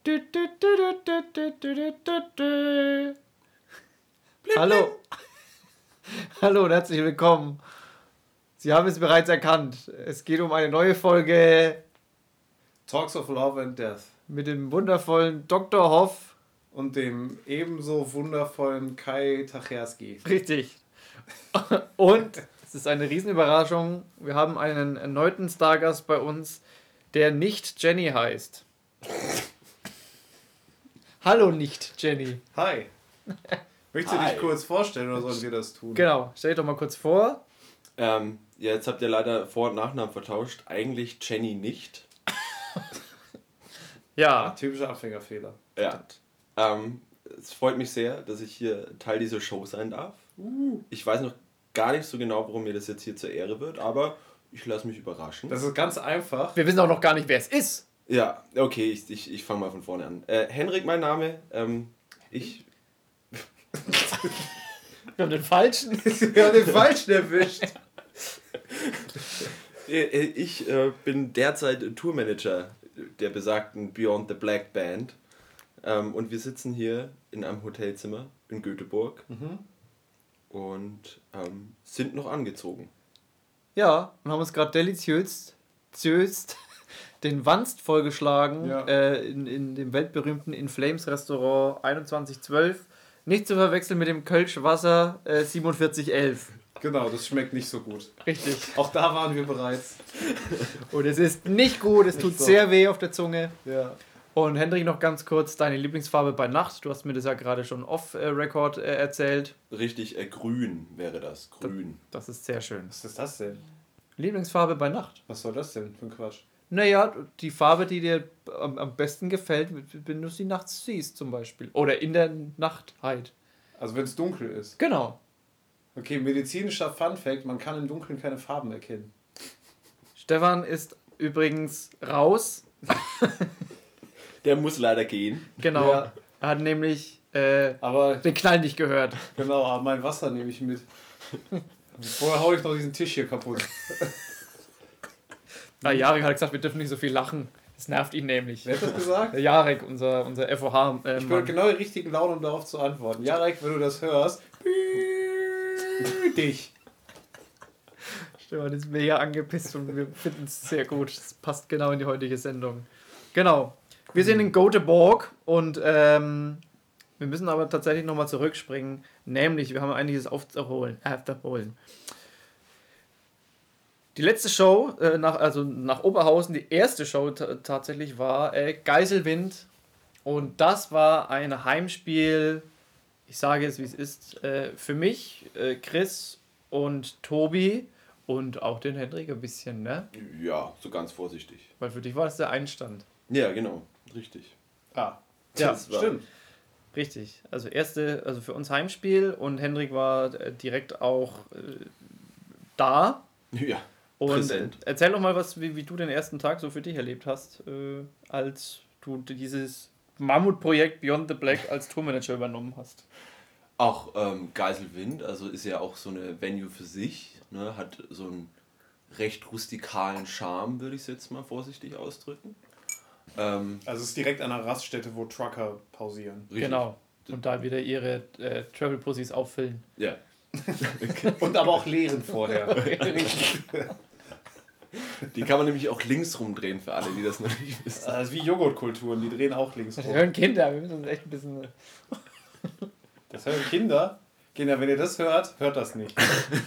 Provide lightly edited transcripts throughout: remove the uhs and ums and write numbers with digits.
Hallo. Hallo und herzlich willkommen. Sie haben es bereits erkannt. Es geht um eine neue Folge Talks of Love and Death. Mit dem wundervollen Dr. Hoff. Und dem ebenso wundervollen Kai Tacherski. Richtig. Und es ist eine Riesenüberraschung. Wir haben einen erneuten Stargast bei uns, der nicht Jenny heißt. Hallo nicht Jenny. Hi. Möchtest du dich kurz vorstellen oder sollen wir das tun? Genau, stell dich doch mal kurz vor. Ja, jetzt habt ihr leider Vor- und Nachnamen vertauscht. Eigentlich Jenny nicht. Ja. Typischer Abfängerfehler. Ja. Es freut mich sehr, dass ich hier Teil dieser Show sein darf. Ich weiß noch gar nicht so genau, warum mir das jetzt hier zur Ehre wird, aber ich lasse mich überraschen. Das ist ganz einfach. Wir wissen auch noch gar nicht, wer es ist. Ja, okay, ich fange mal von vorne an. Henrik, mein Name. Ich... Wir haben den Falschen. Wir haben den Falschen erwischt. Ich bin derzeit Tourmanager der besagten Beyond the Black Band. Und wir sitzen hier in einem Hotelzimmer in Göteborg und sind noch angezogen. Ja, und haben uns gerade deliziös den Wanst vollgeschlagen, Ja. in dem weltberühmten In Flames Restaurant 2112. Nicht zu verwechseln mit dem Kölsch Wasser 4711. Genau, das schmeckt nicht so gut. Richtig. Auch da waren wir bereits. Und es ist nicht gut, es tut so. sehr weh auf der Zunge. Ja. Und Hendrik, noch ganz kurz, deine Lieblingsfarbe bei Nacht. Du hast mir das ja gerade schon off-Record erzählt. Richtig, grün wäre das. Grün. Das ist sehr schön. Was ist das denn? Lieblingsfarbe bei Nacht? Was soll das denn für ein Quatsch? Naja, die Farbe, die dir am besten gefällt, wenn du sie nachts siehst zum Beispiel. Oder in der Nacht halt. Also wenn es dunkel ist. Genau. Okay, medizinischer Funfact, man kann im Dunkeln keine Farben erkennen. Stefan ist übrigens raus. Der muss leider gehen. Genau. Ja. Er hat nämlich Aber den Knall nicht gehört. genau, aber mein Wasser nehme ich mit. Vorher hau ich noch diesen Tisch hier kaputt. Na, Jarek hat gesagt, wir dürfen nicht so viel lachen. Das nervt ihn nämlich. Wer hat das gesagt? Der Jarek, unser FOH. Ich bin genau die richtigen Laune, um darauf zu antworten. Jarek, wenn du das hörst, dich. Stefan ist mega angepisst und wir finden es sehr gut. Das passt genau in die heutige Sendung. Genau. Wir sind in Göteborg und wir müssen aber tatsächlich nochmal zurückspringen. Nämlich, wir haben einiges aufzuholen. Die letzte Show, nach Oberhausen, die erste Show tatsächlich war Geiselwind. Und das war ein Heimspiel, ich sage jetzt wie es ist, für mich, Chris und Tobi und auch den Hendrik ein bisschen, ne? Ja, so ganz vorsichtig. Weil für dich war das der Einstand. Ja, genau. Richtig. Ah, Ja, Das war- stimmt. Richtig. Also für uns Heimspiel und Hendrik war direkt auch da. Ja, Und präsent. erzähl doch mal, wie du den ersten Tag so für dich erlebt hast, als du dieses Mammutprojekt Beyond the Black als Tourmanager übernommen hast. Auch Geiselwind, also ist ja auch so eine Venue für sich, ne? Hat so einen recht rustikalen Charme, würde ich es jetzt mal vorsichtig ausdrücken. Also es ist direkt an einer Raststätte, wo Trucker pausieren. Richtig. Genau. Und da wieder ihre Travel-Pussys auffüllen. Ja. Und aber auch leeren vorher. Die kann man nämlich auch links rumdrehen für alle, die das noch nicht wissen. Das ist wie Joghurtkulturen, die drehen auch links Das rum. hören Kinder, wir müssen uns echt ein bisschen... Das hören Kinder. Kinder, wenn ihr das hört, hört das nicht.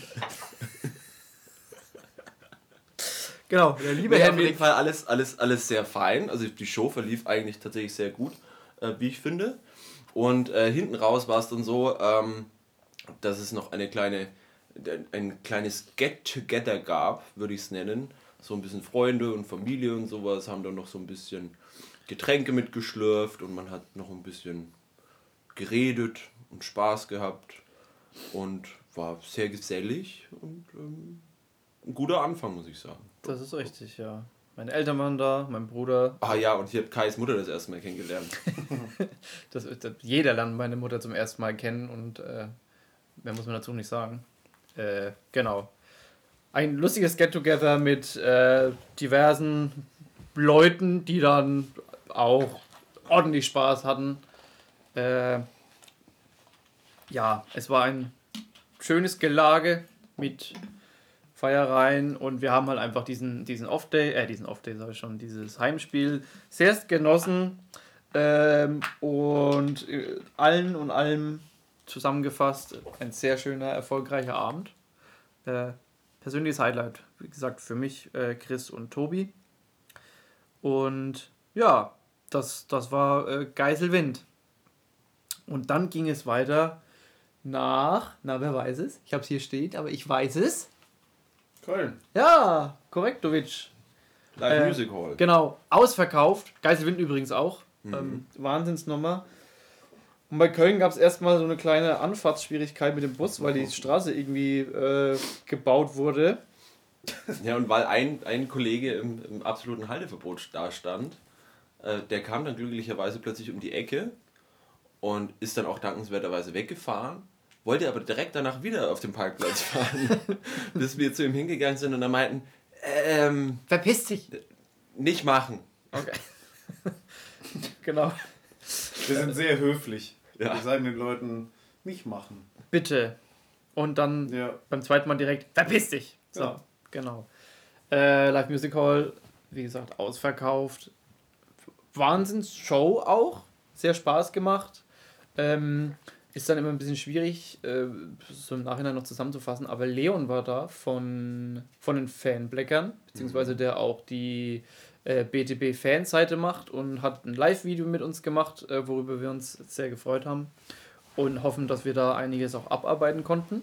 Genau, der liebe Auf Hendrik. jeden Fall alles sehr fein. Also die Show verlief eigentlich tatsächlich sehr gut, wie ich finde. Und hinten raus war es dann so, dass es noch ein kleines Get-Together gab, würde ich es nennen. So ein bisschen Freunde und Familie und sowas haben dann noch so ein bisschen Getränke mitgeschlürft und man hat noch ein bisschen geredet und Spaß gehabt und war sehr gesellig und ein guter Anfang, muss ich sagen. Das ist richtig, ja. Meine Eltern waren da, mein Bruder. Ah ja, und ich habe Kais Mutter das erste Mal kennengelernt. Jeder lernt meine Mutter zum ersten Mal kennen und mehr muss man dazu nicht sagen. Genau. Ein lustiges Get-Together mit diversen Leuten, die dann auch ordentlich Spaß hatten. Ja, es war ein schönes Gelage mit Feiereien und wir haben halt einfach diesen Off-Day, sag ich schon, dieses Heimspiel sehr genossen und allen und allem zusammengefasst ein sehr schöner, erfolgreicher Abend. Persönliches Highlight, wie gesagt, für mich, Chris und Tobi. Und ja, das war Geiselwind. Und dann ging es weiter nach, wer weiß es? Ich habe es hier stehen, aber ich weiß es. Köln. Ja, Korrektovic. Live Music Hall. Genau, ausverkauft. Geiselwind übrigens auch. Wahnsinnsnummer. Und bei Köln gab es erstmal so eine kleine Anfahrtsschwierigkeit mit dem Bus, weil die Straße irgendwie gebaut wurde. Ja, und weil ein Kollege im absoluten Halteverbot da stand, der kam dann glücklicherweise plötzlich um die Ecke und ist dann auch dankenswerterweise weggefahren, wollte aber direkt danach wieder auf den Parkplatz fahren, bis wir zu ihm hingegangen sind und dann meinten, Verpiss dich! nicht machen. Okay. Genau. Wir sind sehr höflich. Ja. Wir sagen den Leuten, nicht machen. Bitte. Und dann beim zweiten Mal direkt, verpiss dich! So, Ja. genau. Live Music Hall, wie gesagt, ausverkauft. Wahnsinns-Show auch. Sehr Spaß gemacht. Ist dann immer ein bisschen schwierig, so im Nachhinein noch zusammenzufassen, aber Leon war da von den Fanbleckern, beziehungsweise der auch die BTB-Fanseite macht und hat ein Live-Video mit uns gemacht, worüber wir uns sehr gefreut haben und hoffen, dass wir da einiges auch abarbeiten konnten.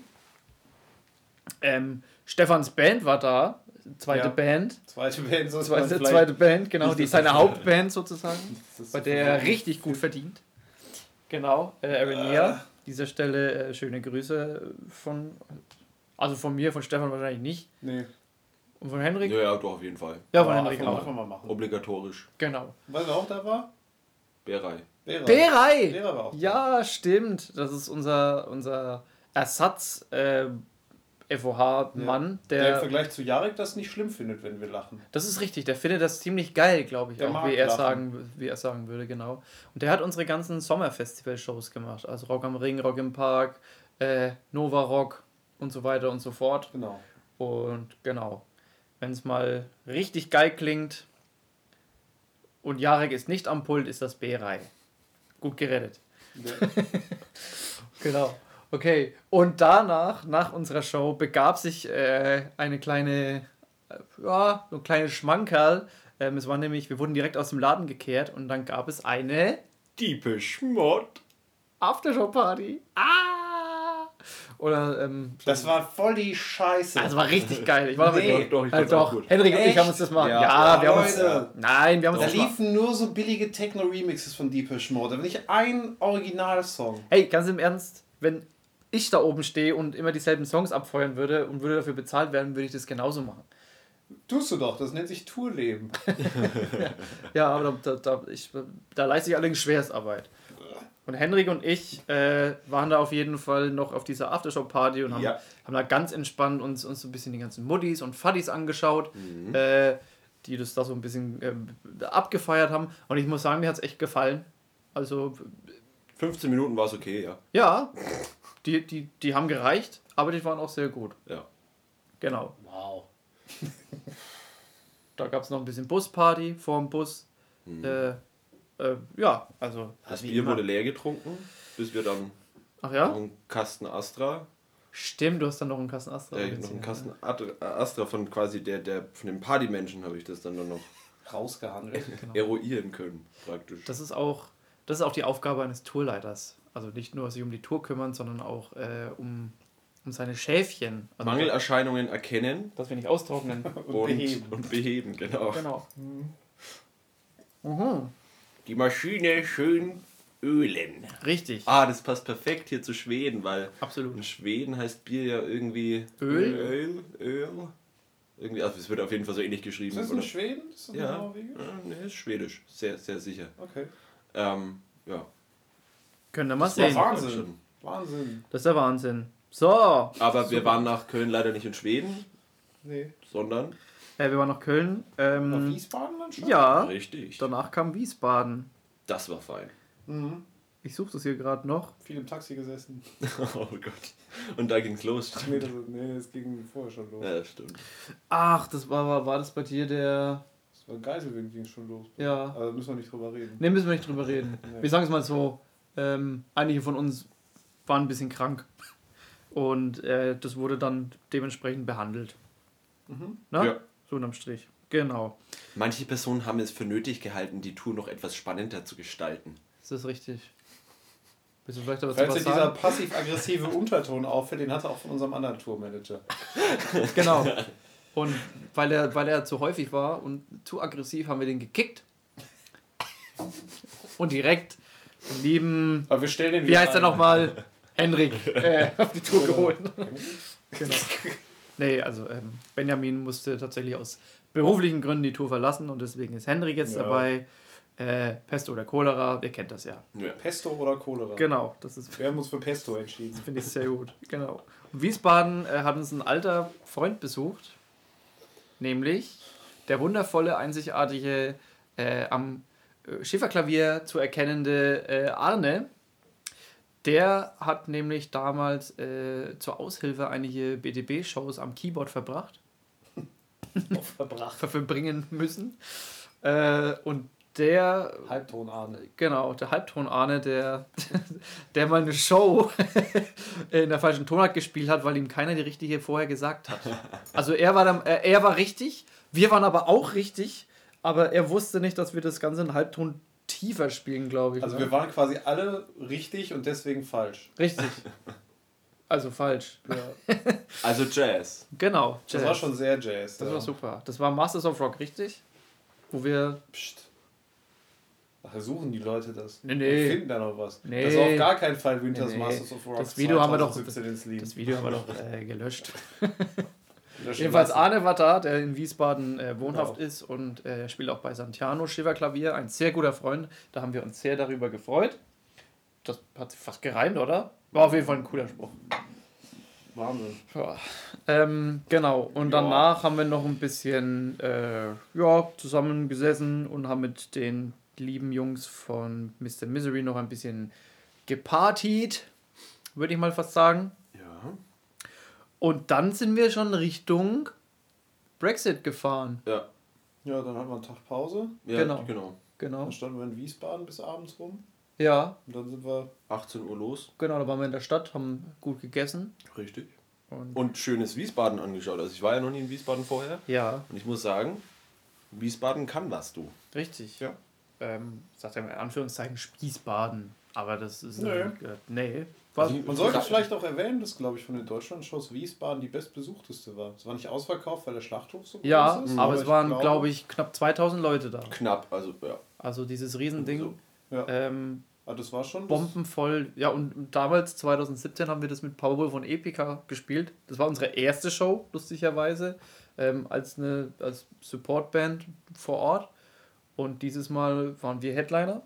Stefans Band war da, zweite Band. Zweite Band, so Zweite Band, genau, die ist seine Hauptband sozusagen, Das ist bei der er richtig gut verdient. Genau, Arenair. Dieser Stelle schöne Grüße von mir, von Stefan wahrscheinlich nicht. Nee. Und von Henrik? Ja, doch, auf jeden Fall. Ja, von Henrik Kann auch. man mal machen. Obligatorisch. Genau. Weißt du, wer auch da war? Bärei. Berei! Lehrer war auch da. Ja, stimmt. Das ist unser Ersatz FOH-Mann. Der im Vergleich zu Jarek das nicht schlimm findet, wenn wir lachen. Das ist richtig, der findet das ziemlich geil, glaube ich, Der auch, mag wie er lachen. sagen würde, genau. Und der hat unsere ganzen Sommerfestival-Shows gemacht, also Rock am Ring, Rock im Park, Nova Rock und so weiter und so fort. Genau. Und genau, wenn es mal richtig geil klingt und Jarek ist nicht am Pult, ist das B-Reihe. Gut gerettet. Ja. Genau. Okay, und danach, nach unserer Show, begab sich eine kleine, so ein kleines Schmankerl. Es war nämlich, wir wurden direkt aus dem Laden gekehrt und dann gab es eine Deepish Mod. Aftershow-Party. Oder, Das war voll die Scheiße. das war richtig geil. Ich war damit doch, ich halt fand's auch doch. gut. Henrik und ich Echt? haben uns das mal. Ja. Ja, wir haben Leute. uns. Nein, wir haben uns Da das mal. liefen nur so billige Techno-Remixes von Deepish Mode. Da war nicht ein Originalsong. Hey, ganz im Ernst, wenn ich da oben stehe und immer dieselben Songs abfeuern würde und würde dafür bezahlt werden, würde ich das genauso machen. Tust du doch, das nennt sich Tourleben. Ja, aber da leiste ich allerdings Schwerstarbeit. Und Henrik und ich waren da auf jeden Fall noch auf dieser Aftershow-Party und haben da ganz entspannt uns so ein bisschen die ganzen Muddis und Fuddies angeschaut, die das da so ein bisschen abgefeiert haben. Und ich muss sagen, mir hat es echt gefallen. Also, 15 Minuten war es okay, ja. ja, die haben gereicht, aber die waren auch sehr gut. Ja. Genau. Wow. Da gab es noch ein bisschen Busparty vorm Bus. Ja, also. Das wie Bier immer. wurde leer getrunken, bis wir dann Ach noch ja? einen Kasten Astra, Stimmt, du hast dann noch einen Kasten Astra. noch einen Kasten Astra von quasi von dem Partymenschen habe ich das dann noch Rausgehandelt. eruieren können, praktisch. Das ist auch die Aufgabe eines Tourleiters. Also nicht nur sich um die Tour kümmern, sondern auch um seine Schäfchen. Also Mangelerscheinungen erkennen dass wir nicht austrocknen. und beheben, genau. Genau. Die Maschine schön ölen. Richtig. Das passt perfekt hier zu Schweden, weil Absolut. in Schweden heißt Bier ja irgendwie Öl? Öl. Irgendwie, also es wird auf jeden Fall so ähnlich geschrieben. Ist das in Schweden? Ist das in Ja, Norwegen? nee, ist schwedisch. Sehr, sehr sicher. Okay. Ja. Können wir mal Das war sehen. Wahnsinn. Wahnsinn. Das ist der Wahnsinn. So. Aber wir waren nach Köln leider nicht in Schweden, Nee. sondern Wir waren nach Köln. Nach Wiesbaden dann schon? Ja. richtig. Danach kam Wiesbaden. Das war fein. Mhm. Ich suche das hier gerade noch. Viel im Taxi gesessen. Oh Gott. Und da ging's los. Das ging vorher schon los. Ja, das stimmt. Ach, war das bei dir der... Das war Geiselwind, ging schon los. Ja. Aber da müssen wir nicht drüber reden. Ne, müssen wir nicht drüber reden. Nee. Wir sagen es mal so, einige von uns waren ein bisschen krank. Und das wurde dann dementsprechend behandelt. Mhm. Ne? Ja. So unterm Strich. Genau. Manche Personen haben es für nötig gehalten, die Tour noch etwas spannender zu gestalten. Ist das richtig? Willst du vielleicht aber Falls was dir dieser sagen? passiv-aggressive Unterton auffällt, den hat er auch von unserem anderen Tourmanager. Genau. Und weil er zu häufig war und zu aggressiv, haben wir den gekickt. Und direkt den lieben, Aber wir stellen den wie heißt er ein. nochmal? Henrik auf die Tour geholt. Genau. Nee, also Benjamin musste tatsächlich aus beruflichen Gründen die Tour verlassen und deswegen ist Henrik jetzt Ja. dabei. Pest oder Cholera, ihr kennt das ja. Ja. Pesto oder Cholera? Genau, das ist, Wir haben uns für Pesto entschieden. finde ich sehr gut. Genau. Und Wiesbaden hat uns ein alter Freund besucht, nämlich der wundervolle, einzigartige, am Schifferklavier zu erkennende Arne. Der hat nämlich damals zur Aushilfe einige BTB-Shows am Keyboard verbringen müssen. Und der, Halbton Arne. genau, der Halbton Arne, der mal eine Show in der falschen Tonart gespielt hat, weil ihm keiner die richtige vorher gesagt hat. Also er war richtig, wir waren aber auch richtig, aber er wusste nicht, dass wir das Ganze einen Halbton tiefer spielen, glaube ich. Also ne? wir waren quasi alle richtig und deswegen falsch. Richtig. Also falsch. Ja. Also Jazz. Genau. Das war schon sehr Jazz. Das ja. war super. Das war Masters of Rock, richtig? Wo wir... Psst. Ach, suchen die Leute das? Nee, nee. Und finden da noch was. Nee. Das war auf gar keinen Fall Winters Nee, nee. Masters of Rock. Das Video haben wir doch- 2017 ins Leben. Das Video haben wir doch gelöscht. Löschen Jedenfalls lassen. Arne war da, der in Wiesbaden wohnhaft Genau. ist und spielt auch bei Santiano Schifferklavier. Ein sehr guter Freund. Da haben wir uns sehr darüber gefreut. Das hat sich fast gereimt, oder? War auf jeden Fall ein cooler Spruch. Wahnsinn. Ja. Genau. Und Ja. danach haben wir noch ein bisschen zusammengesessen und haben mit den lieben Jungs von Mr. Misery noch ein bisschen gepartied, würde ich mal fast sagen. Ja. Und dann sind wir schon Richtung Brexit gefahren. Ja. Ja, dann hatten wir einen Tag Pause. Ja, Genau. genau. Genau. Dann standen wir in Wiesbaden bis abends rum. Ja, Und dann sind wir... 18 Uhr los. genau. Da waren wir in der Stadt, haben gut gegessen. Richtig. Und Und schönes Wiesbaden angeschaut. Also ich war ja noch nie in Wiesbaden vorher. ja, Und ich muss sagen, Wiesbaden kann was, du. richtig. Ja. Sagt er in Anführungszeichen Spießbaden. Aber das ist... Nö. Nee. Was? Also, Man sollte vielleicht auch erwähnen, dass, glaube ich, von den Deutschland-Shows Wiesbaden die bestbesuchteste war. Es war nicht ausverkauft, weil der Schlachthof so Ja, groß ist. aber es ich waren, glaube ich, knapp 2000 Leute da. Knapp, also ja. Also dieses Riesending. So. Ja, Ähm, aber das war schon... bombenvoll. Ja, und damals, 2017, haben wir das mit Powerwolf und Epica gespielt. Das war unsere erste Show, lustigerweise, als Supportband vor Ort. Und dieses Mal waren wir Headliner.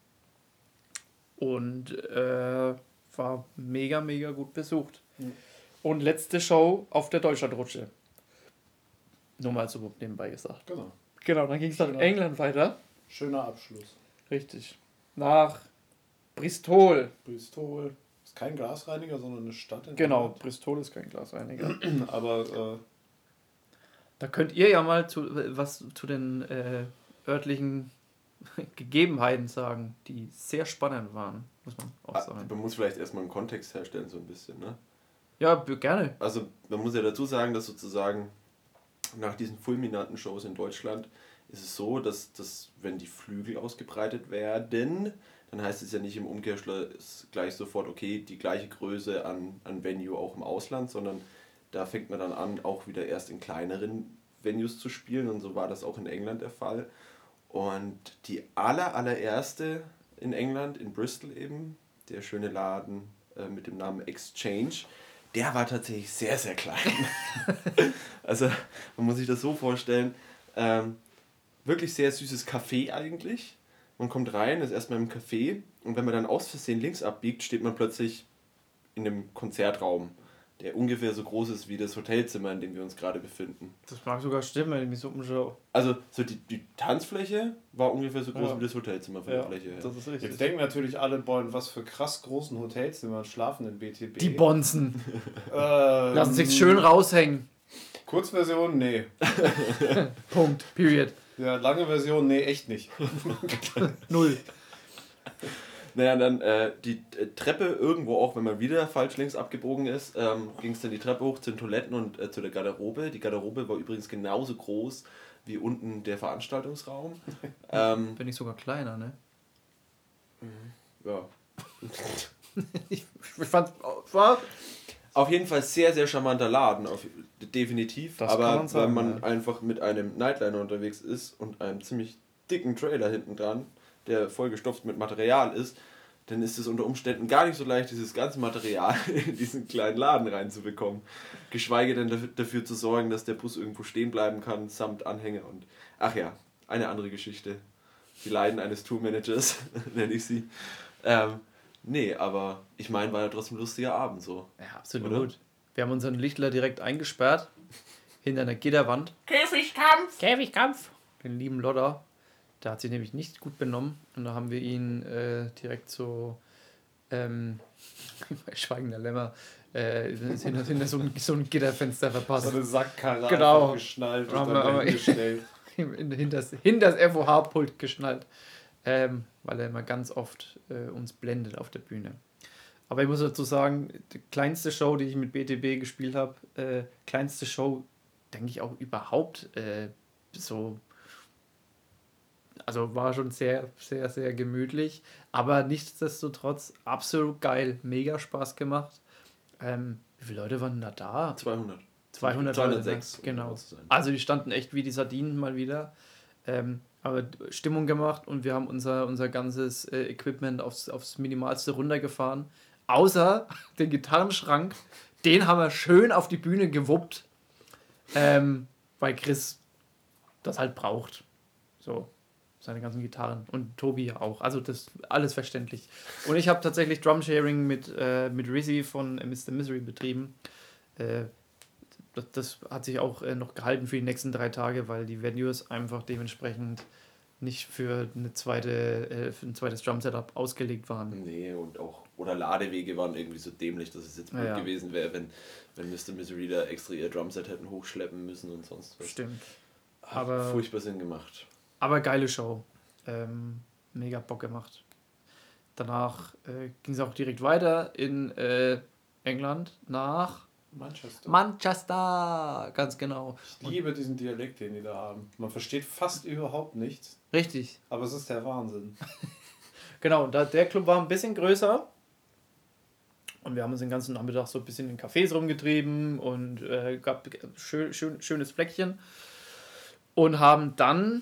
Und war mega, mega gut besucht. Mhm. Und letzte Show auf der Deutschlandrutsche. Nur mal so nebenbei gesagt. Genau. Genau, dann ging es dann in Genau. England weiter. Schöner Abschluss. Richtig. Nach Bristol. Bristol ist kein Glasreiniger, sondern eine Stadt in Genau, England. Bristol ist kein Glasreiniger. Aber Da könnt ihr ja mal was zu den örtlichen Gegebenheiten sagen, die sehr spannend waren, muss man auch sagen. Man muss vielleicht erstmal einen Kontext herstellen, so ein bisschen, ne? Ja, gerne. Also man muss ja dazu sagen, dass sozusagen nach diesen fulminanten Shows in Deutschland ist es so, dass wenn die Flügel ausgebreitet werden, dann heißt es ja nicht im Umkehrschluss gleich sofort, okay, die gleiche Größe an Venue auch im Ausland, sondern da fängt man dann an, auch wieder erst in kleineren Venues zu spielen und so war das auch in England der Fall. Und die allererste in England, in Bristol eben, der schöne Laden mit dem Namen Exchange, der war tatsächlich sehr, sehr klein. Also man muss sich das so vorstellen, wirklich sehr süßes Café eigentlich. Man kommt rein, ist erstmal im Café und wenn man dann aus Versehen links abbiegt, steht man plötzlich in einem Konzertraum. der ungefähr so groß ist wie das Hotelzimmer, in dem wir uns gerade befinden. Das mag sogar stimmen, wenn ich mich so umschaue. Also so die Tanzfläche war ungefähr so groß Ja. wie das Hotelzimmer von der Fläche her. Das ist richtig. Jetzt denken natürlich alle, boah, in was für krass großen Hotelzimmern schlafen in BTB. Die Bonzen. Lassen sich schön raushängen. Kurzversion, nee. Punkt. Period. Ja, lange Version, nee, echt nicht. 0. Naja, dann die Treppe irgendwo auch, wenn man wieder falsch links abgebogen ist, ging es dann die Treppe hoch zu den Toiletten und zu der Garderobe. Die Garderobe war übrigens genauso groß wie unten der Veranstaltungsraum. Bin ich sogar kleiner, ne? Ja. Ich fand, war Auf jeden Fall sehr, sehr charmanter Laden, definitiv. Das kann aber man sagen, wenn man ja. einfach mit einem Nightliner unterwegs ist und einem ziemlich dicken Trailer hinten dran, der vollgestopft mit Material ist, dann ist es unter Umständen gar nicht so leicht, dieses ganze Material in diesen kleinen Laden reinzubekommen. Geschweige denn dafür zu sorgen, dass der Bus irgendwo stehen bleiben kann, samt Anhänger und... Ach ja, eine andere Geschichte. Die Leiden eines Tourmanagers, nenne ich sie. Nee, aber ich meine, war ja trotzdem ein lustiger Abend so. ja, absolut. Oder? Wir haben unseren Lichtler direkt eingesperrt. Hinter einer Gitterwand. Käfigkampf! Käfigkampf! Den lieben Lodder. Der hat sich nämlich nicht gut benommen. Und da haben wir ihn direkt so bei Schweigender Lämmer hinter so ein Gitterfenster verpasst. So eine Sackkarre Genau. einfach geschnallt Haben und wir dann aber- gestellt. Hinters FOH-Pult geschnallt. Weil er immer ganz oft uns blendet auf der Bühne. Aber ich muss dazu sagen, die kleinste Show, die ich mit BTB gespielt habe, kleinste Show, denke ich auch überhaupt so. Also war schon sehr, sehr, sehr gemütlich. Aber nichtsdestotrotz absolut geil. Mega Spaß gemacht. Wie viele Leute waren da da? 200. 200 206, Leute, ne? Genau. um genau zu sein. Also die standen echt wie die Sardinen mal wieder. Aber Stimmung gemacht und wir haben unser ganzes Equipment aufs Minimalste runtergefahren. Außer den Gitarrenschrank, den haben wir schön auf die Bühne gewuppt, weil Chris das halt braucht. So, seine ganzen Gitarren. Und Tobi ja auch. Also das alles verständlich. Und ich habe tatsächlich Drumsharing mit Rizzy von Mr. Misery betrieben. Das hat sich auch noch gehalten für die nächsten 3 Tage, weil die Venues einfach dementsprechend nicht für ein zweites Drum-Setup ausgelegt waren. Nee, und auch, oder Ladewege waren irgendwie so dämlich, dass es jetzt blöd Ja. gewesen wäre, wenn Mr. Misery da extra ihr Drumset hätten hochschleppen müssen und sonst was. Stimmt. Hat Aber- furchtbar Sinn gemacht. Aber geile Show. Mega Bock gemacht. Danach ging es auch direkt weiter in England nach Manchester. Manchester. Ganz genau. Ich liebe diesen Dialekt, den die da haben. Man versteht fast überhaupt nichts, Richtig. aber es ist der Wahnsinn. Genau, der Club war ein bisschen größer. Und wir haben uns den ganzen Nachmittag so ein bisschen in Cafés rumgetrieben und gab schönes Fleckchen. Und haben dann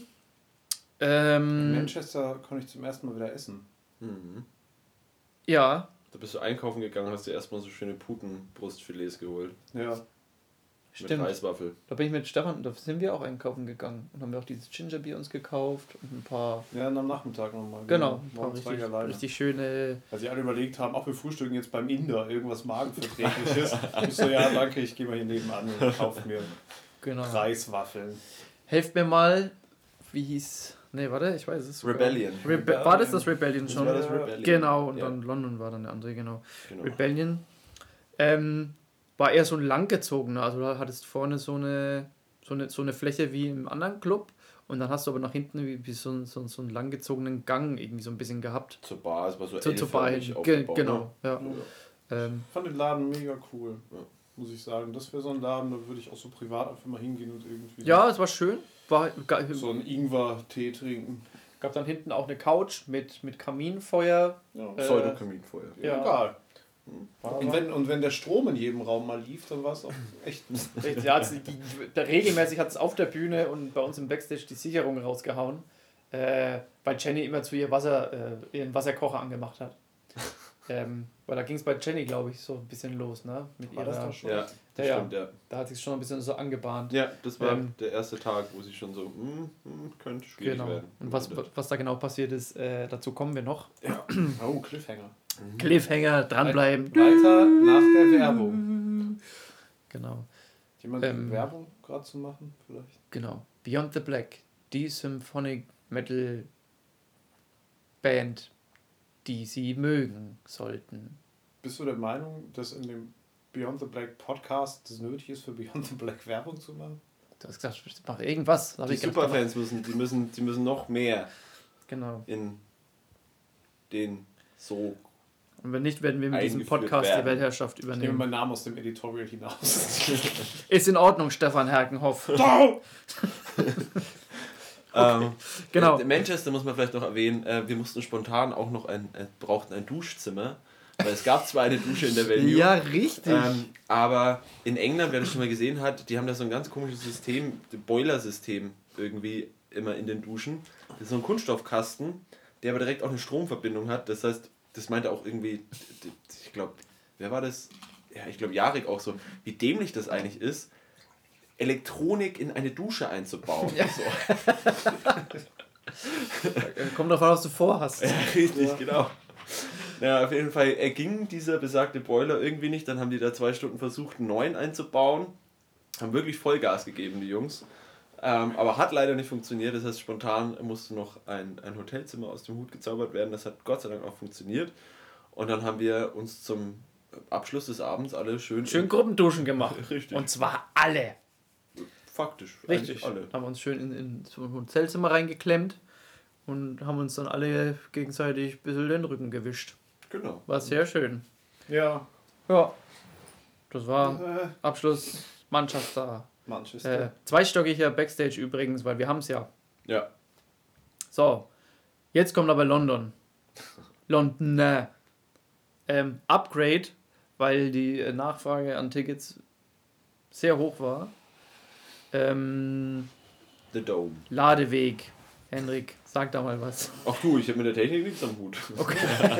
In Manchester konnte ich zum ersten Mal wieder essen. Mhm. ja, Da bist du einkaufen gegangen, hast dir erstmal so schöne Putenbrustfilets geholt. Ja. Mit Stimmt. Reiswaffel. da bin ich mit Stefan, da sind wir auch einkaufen gegangen und haben wir auch dieses Gingerbier uns gekauft und ein paar, Ja, und am Nachmittag nochmal. genau, ein paar Morgens war ich alleine. richtig schöne, Weil sie alle überlegt haben, wir frühstücken jetzt beim Inder irgendwas Magenverträgliches. Ich so, ja, danke, ich gehe mal hier nebenan und kaufe mir genau. Reiswaffeln. Helft mir mal, wie hieß, nee, warte, ich weiß es. sogar. Rebellion. War das Rebellion Das schon? war das Rebellion. Genau, und Ja. dann London war dann der andere, genau. Genau. Rebellion. War eher so ein langgezogener, also du hattest vorne so eine Fläche wie im anderen Club und dann hast du aber nach hinten wie so einen langgezogenen Gang irgendwie so ein bisschen gehabt. Zur Bar, es war so Zur Bar L-förmig hin. aufgebaut, Genau, ja. Ne? Ich fand den Laden mega cool, Ja. muss ich sagen. Das wäre so ein Laden, da würde ich auch so privat einfach mal hingehen und irgendwie Ja, es war schön. so einen Ingwer-Tee trinken. Gab dann hinten auch eine Couch mit Kaminfeuer. Ja. Pseudo-Kaminfeuer. Ja. Egal. War Und wenn der Strom in jedem Raum mal lief, dann war es auch echt. Ja, regelmäßig hat es auf der Bühne und bei uns im Backstage die Sicherung rausgehauen, weil Jenny immer zu ihren Wasserkocher angemacht hat. Weil da ging es bei Jenny, glaube ich, so ein bisschen los, ne? Mit War das ihrer, da schon? Ja, das Ja. stimmt, ja. da hat sich schon ein bisschen so angebahnt. Ja, das war Ähm, der erste Tag, wo sie schon so, könnte schwierig Genau. werden. Und was da genau passiert ist, dazu kommen wir noch. Oh, Cliffhanger. Cliffhanger, dranbleiben. Weiter nach der Werbung. Genau. Jemand Werbung gerade zu machen, vielleicht? Genau. Beyond the Black, die Symphonic Metal Band, die Sie mögen sollten. Bist du der Meinung, dass in dem Beyond the Black Podcast es nötig ist, für Beyond the Black Werbung zu machen? Du hast gesagt, mach irgendwas. Die Superfans müssen noch mehr genau. in den so. Und wenn nicht, werden wir mit diesem Podcast die Weltherrschaft Ich nehme übernehmen. meinen Namen aus dem Editorial hinaus. Ist in Ordnung, Stefan Herkenhoff. Genau. In Manchester muss man vielleicht noch erwähnen, wir mussten spontan auch noch brauchten ein Duschzimmer, weil es gab zwar eine Dusche in der Venue. Ja, richtig. Aber in England, wer das schon mal gesehen hat, die haben da so ein ganz komisches System, Boiler-System irgendwie immer in den Duschen. Das ist so ein Kunststoffkasten, der aber direkt auch eine Stromverbindung hat. Das heißt, das meinte auch irgendwie, ich glaube, wer war das? Ja, ich glaube Jarek auch so, wie dämlich das eigentlich ist, Elektronik in eine Dusche einzubauen. Ja. So. Kommt davon, was du vorhast. Ja, richtig, genau. Ja, auf jeden Fall ging dieser besagte Boiler irgendwie nicht. Dann haben die da 2 Stunden versucht, einen neuen einzubauen. Haben wirklich Vollgas gegeben, die Jungs. Aber hat leider nicht funktioniert. Das heißt, spontan musste noch ein Hotelzimmer aus dem Hut gezaubert werden. Das hat Gott sei Dank auch funktioniert. Und dann haben wir uns zum Abschluss des Abends alle schön Gruppenduschen gemacht. Richtig. Und zwar alle. Faktisch. Richtig. Alle. Haben uns schön in so ein Hotelzimmer reingeklemmt und haben uns dann alle gegenseitig ein bisschen den Rücken gewischt. Genau. War sehr schön. Ja. Ja. Das war Abschluss Manchester. Manchester. 2-stockiger Backstage übrigens, weil wir haben es ja. Ja. So. Jetzt kommt aber London. London. Upgrade, weil die Nachfrage an Tickets sehr hoch war. The Dome. Ladeweg. Henrik, sag da mal was. Ach du, ich habe mit der Technik nichts am Hut. Okay.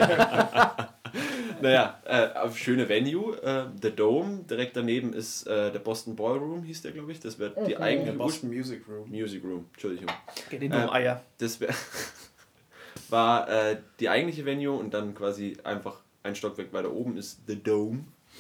Naja, schöne Venue. The Dome. Direkt daneben ist der Boston Ballroom, hieß der, glaube ich. Das wäre die eigentliche... Boston Music Room. Music Room, Entschuldigung. Geht nicht nur um Eier. Das war die eigentliche Venue und dann quasi einfach ein Stockwerk weiter oben ist The Dome.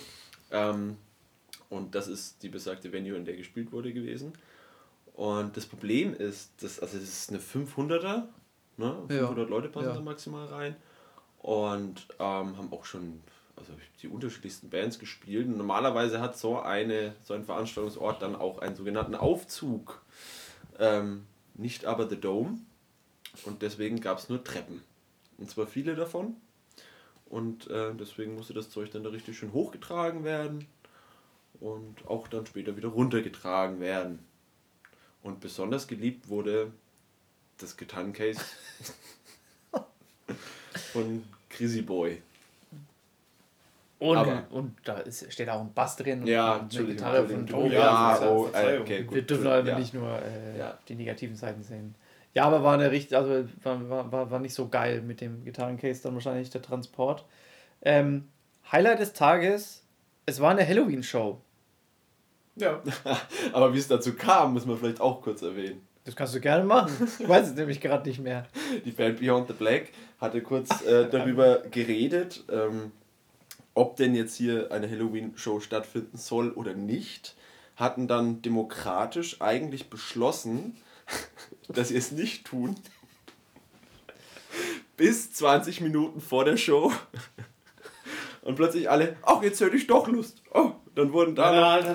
Und das ist die besagte Venue, in der gespielt wurde gewesen. Und das Problem ist, das ist eine 500er, ne? 500 Leute passen da maximal rein. Und haben auch schon die unterschiedlichsten Bands gespielt. Und normalerweise hat so ein Veranstaltungsort dann auch einen sogenannten Aufzug. Nicht aber The Dome. Und deswegen gab es nur Treppen. Und zwar viele davon. Und deswegen musste das Zeug dann da richtig schön hochgetragen werden. Und auch dann später wieder runtergetragen werden. Und besonders geliebt wurde das Gitarrencase von Crazy Boy. Und da steht auch ein Bass drin und eine Gitarre von Tobi. Okay, gut. Wir dürfen aber nicht nur die negativen Seiten sehen. Ja, aber war war nicht so geil mit dem Gitarrencase, dann wahrscheinlich der Transport. Highlight des Tages, es war eine Halloween-Show. Ja. Aber wie es dazu kam, muss man vielleicht auch kurz erwähnen. Das kannst du gerne machen. Ich weiß es nämlich gerade nicht mehr. Die Band Beyond the Black hatte kurz darüber geredet, ob denn jetzt hier eine Halloween-Show stattfinden soll oder nicht. Hatten dann demokratisch eigentlich beschlossen, dass sie es nicht tun. Bis 20 Minuten vor der Show. Und plötzlich alle, ach, jetzt hätte ich doch Lust. Oh, dann wurden da... Halt.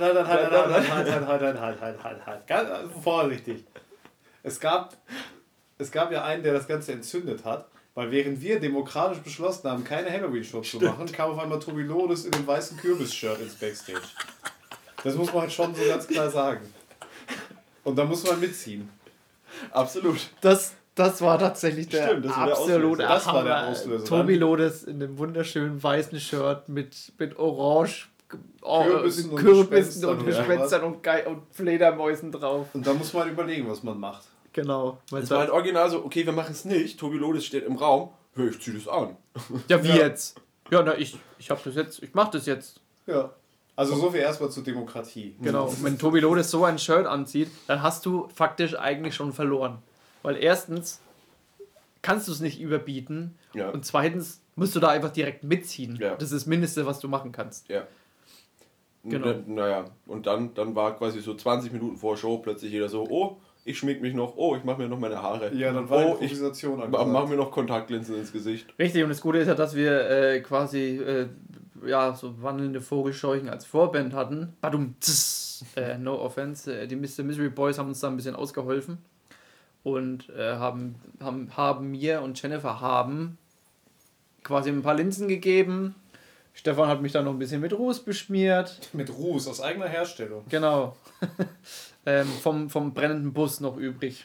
Ganz vorsichtig. Es gab ja einen, der das Ganze entzündet hat, weil während wir demokratisch beschlossen haben, keine Halloween-Show zu machen, kam auf einmal Tobi Lodes in dem weißen Kürbis-Shirt ins Backstage. Das muss man halt schon so ganz klar sagen. Und da muss man mitziehen. Absolut. Das war tatsächlich der absolute Auslöser. Tobi Lodes in dem wunderschönen weißen Shirt mit Orange Kürbissen und Gespenstern und Fledermäusen drauf. Und da muss man überlegen, was man macht. Genau. Es war halt original so, okay, wir machen es nicht. Tobi Lodes steht im Raum. Hör, ich zieh das an. Ja, wie jetzt? Ja, na, ich hab das jetzt. Ich mach das jetzt. Ja. Also so viel erstmal zur Demokratie. Genau. Und wenn Tobi Lodes so ein Shirt anzieht, dann hast du faktisch eigentlich schon verloren. Weil erstens kannst du es nicht überbieten und zweitens musst du da einfach direkt mitziehen. Ja. Das ist das Mindeste, was du machen kannst. Ja. Genau. Naja, und dann war quasi so 20 Minuten vor Show plötzlich jeder so, oh, ich schmink mich noch, oh, ich mache mir noch meine Haare. Ja, dann war oh, Improvisation mach mir noch Kontaktlinsen ins Gesicht. Richtig, und das Gute ist ja, dass wir quasi so wandelnde Vogelscheuchen als Vorband hatten. Badum, tss, no offense. Die Mr. Misery Boys haben uns da ein bisschen ausgeholfen und haben mir und Jennifer haben quasi ein paar Linsen gegeben. Stefan hat mich dann noch ein bisschen mit Ruß beschmiert. Mit Ruß, aus eigener Herstellung. Genau. vom brennenden Bus noch übrig.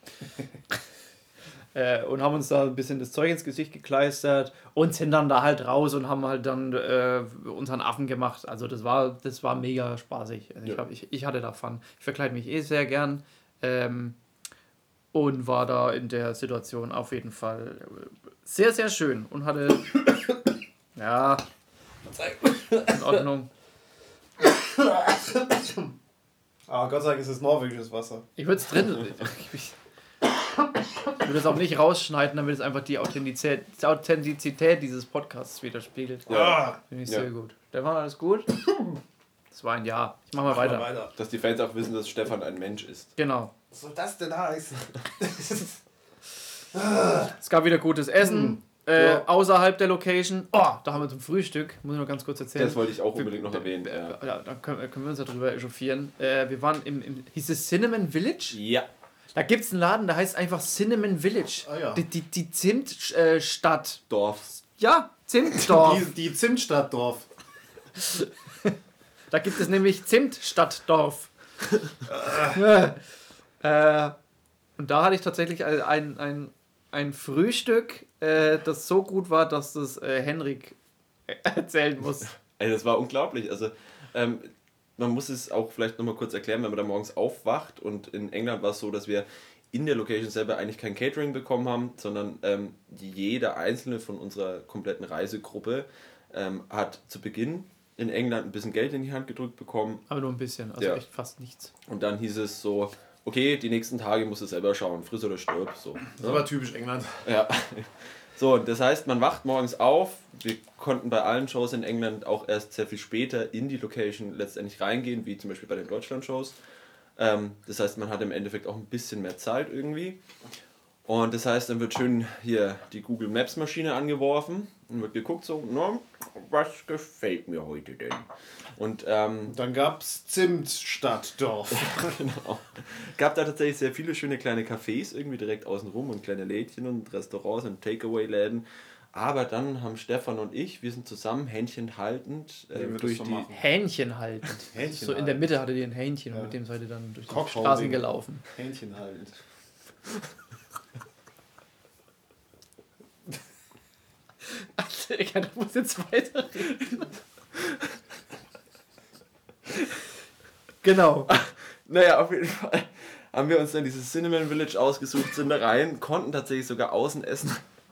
Und haben uns da ein bisschen das Zeug ins Gesicht gekleistert und sind dann da halt raus und haben halt dann unseren Affen gemacht. Also das war mega spaßig. Also Ja. ich hatte da Fun. Ich verkleide mich sehr gern und war da in der Situation auf jeden Fall sehr, sehr schön und hatte ja in Ordnung. Aber Gott sei Dank ist es norwegisches Wasser. Ich würde es drin. Ich würde es auch nicht rausschneiden, damit es einfach die Authentizität dieses Podcasts widerspiegelt. Ja. Finde ich Ja. sehr gut. Stefan, alles gut? Das war ein Ja. Ich mach mal weiter. Dass die Fans auch wissen, dass Stefan ein Mensch ist. Genau. Was soll das denn heißen? Es gab wieder gutes Essen. Ja. Außerhalb der Location. Oh, da haben wir zum Frühstück. Muss ich noch ganz kurz erzählen. Das wollte ich auch unbedingt noch erwähnen. Ja, da können wir uns darüber echauffieren. Wir waren hieß es Cinnamon Village? Ja. Da gibt es einen Laden, der heißt einfach Cinnamon Village. Ah, ja. Die Zimtstadt. Dorf. Ja, Zimtdorf. Die Zimtstadtdorf. Da gibt es nämlich Zimtstadtdorf. Und da hatte ich tatsächlich ein Frühstück, das so gut war, dass das Henrik erzählen muss. Ey, das war unglaublich. Also, man muss es auch vielleicht nochmal kurz erklären, wenn man da morgens aufwacht. Und in England war es so, dass wir in der Location selber eigentlich kein Catering bekommen haben, sondern jeder einzelne von unserer kompletten Reisegruppe hat zu Beginn in England ein bisschen Geld in die Hand gedrückt bekommen. Aber nur ein bisschen, also Ja. echt fast nichts. Und dann hieß es so, okay, die nächsten Tage musst du selber schauen, friss oder stirb. So. Das war typisch England. Ja. So, das heißt, man wacht morgens auf. Wir konnten bei allen Shows in England auch erst sehr viel später in die Location letztendlich reingehen, wie zum Beispiel bei den Deutschland-Shows. Das heißt, man hat im Endeffekt auch ein bisschen mehr Zeit irgendwie. Und das heißt, dann wird schön hier die Google Maps Maschine angeworfen und wird geguckt so, no, was gefällt mir heute denn? Und Dann gab es Zimtstadtdorf. genau. Gab da tatsächlich sehr viele schöne kleine Cafés irgendwie direkt außenrum und kleine Lädchen und Restaurants und Takeaway-Läden. Aber dann haben Stefan und ich, wir sind zusammen Händchen haltend Wie wir das durch so die... machen. Hähnchen halten. Hähnchen So in der Mitte hattet ihr ein Hähnchen und mit dem seid ihr dann durch die Cockholding. Straßen gelaufen. Hähnchen haltend. Digga, du musst jetzt weiterreden. Genau. Naja, auf jeden Fall haben wir uns dann dieses Cinnamon Village ausgesucht, sind da rein, konnten tatsächlich sogar außen essen.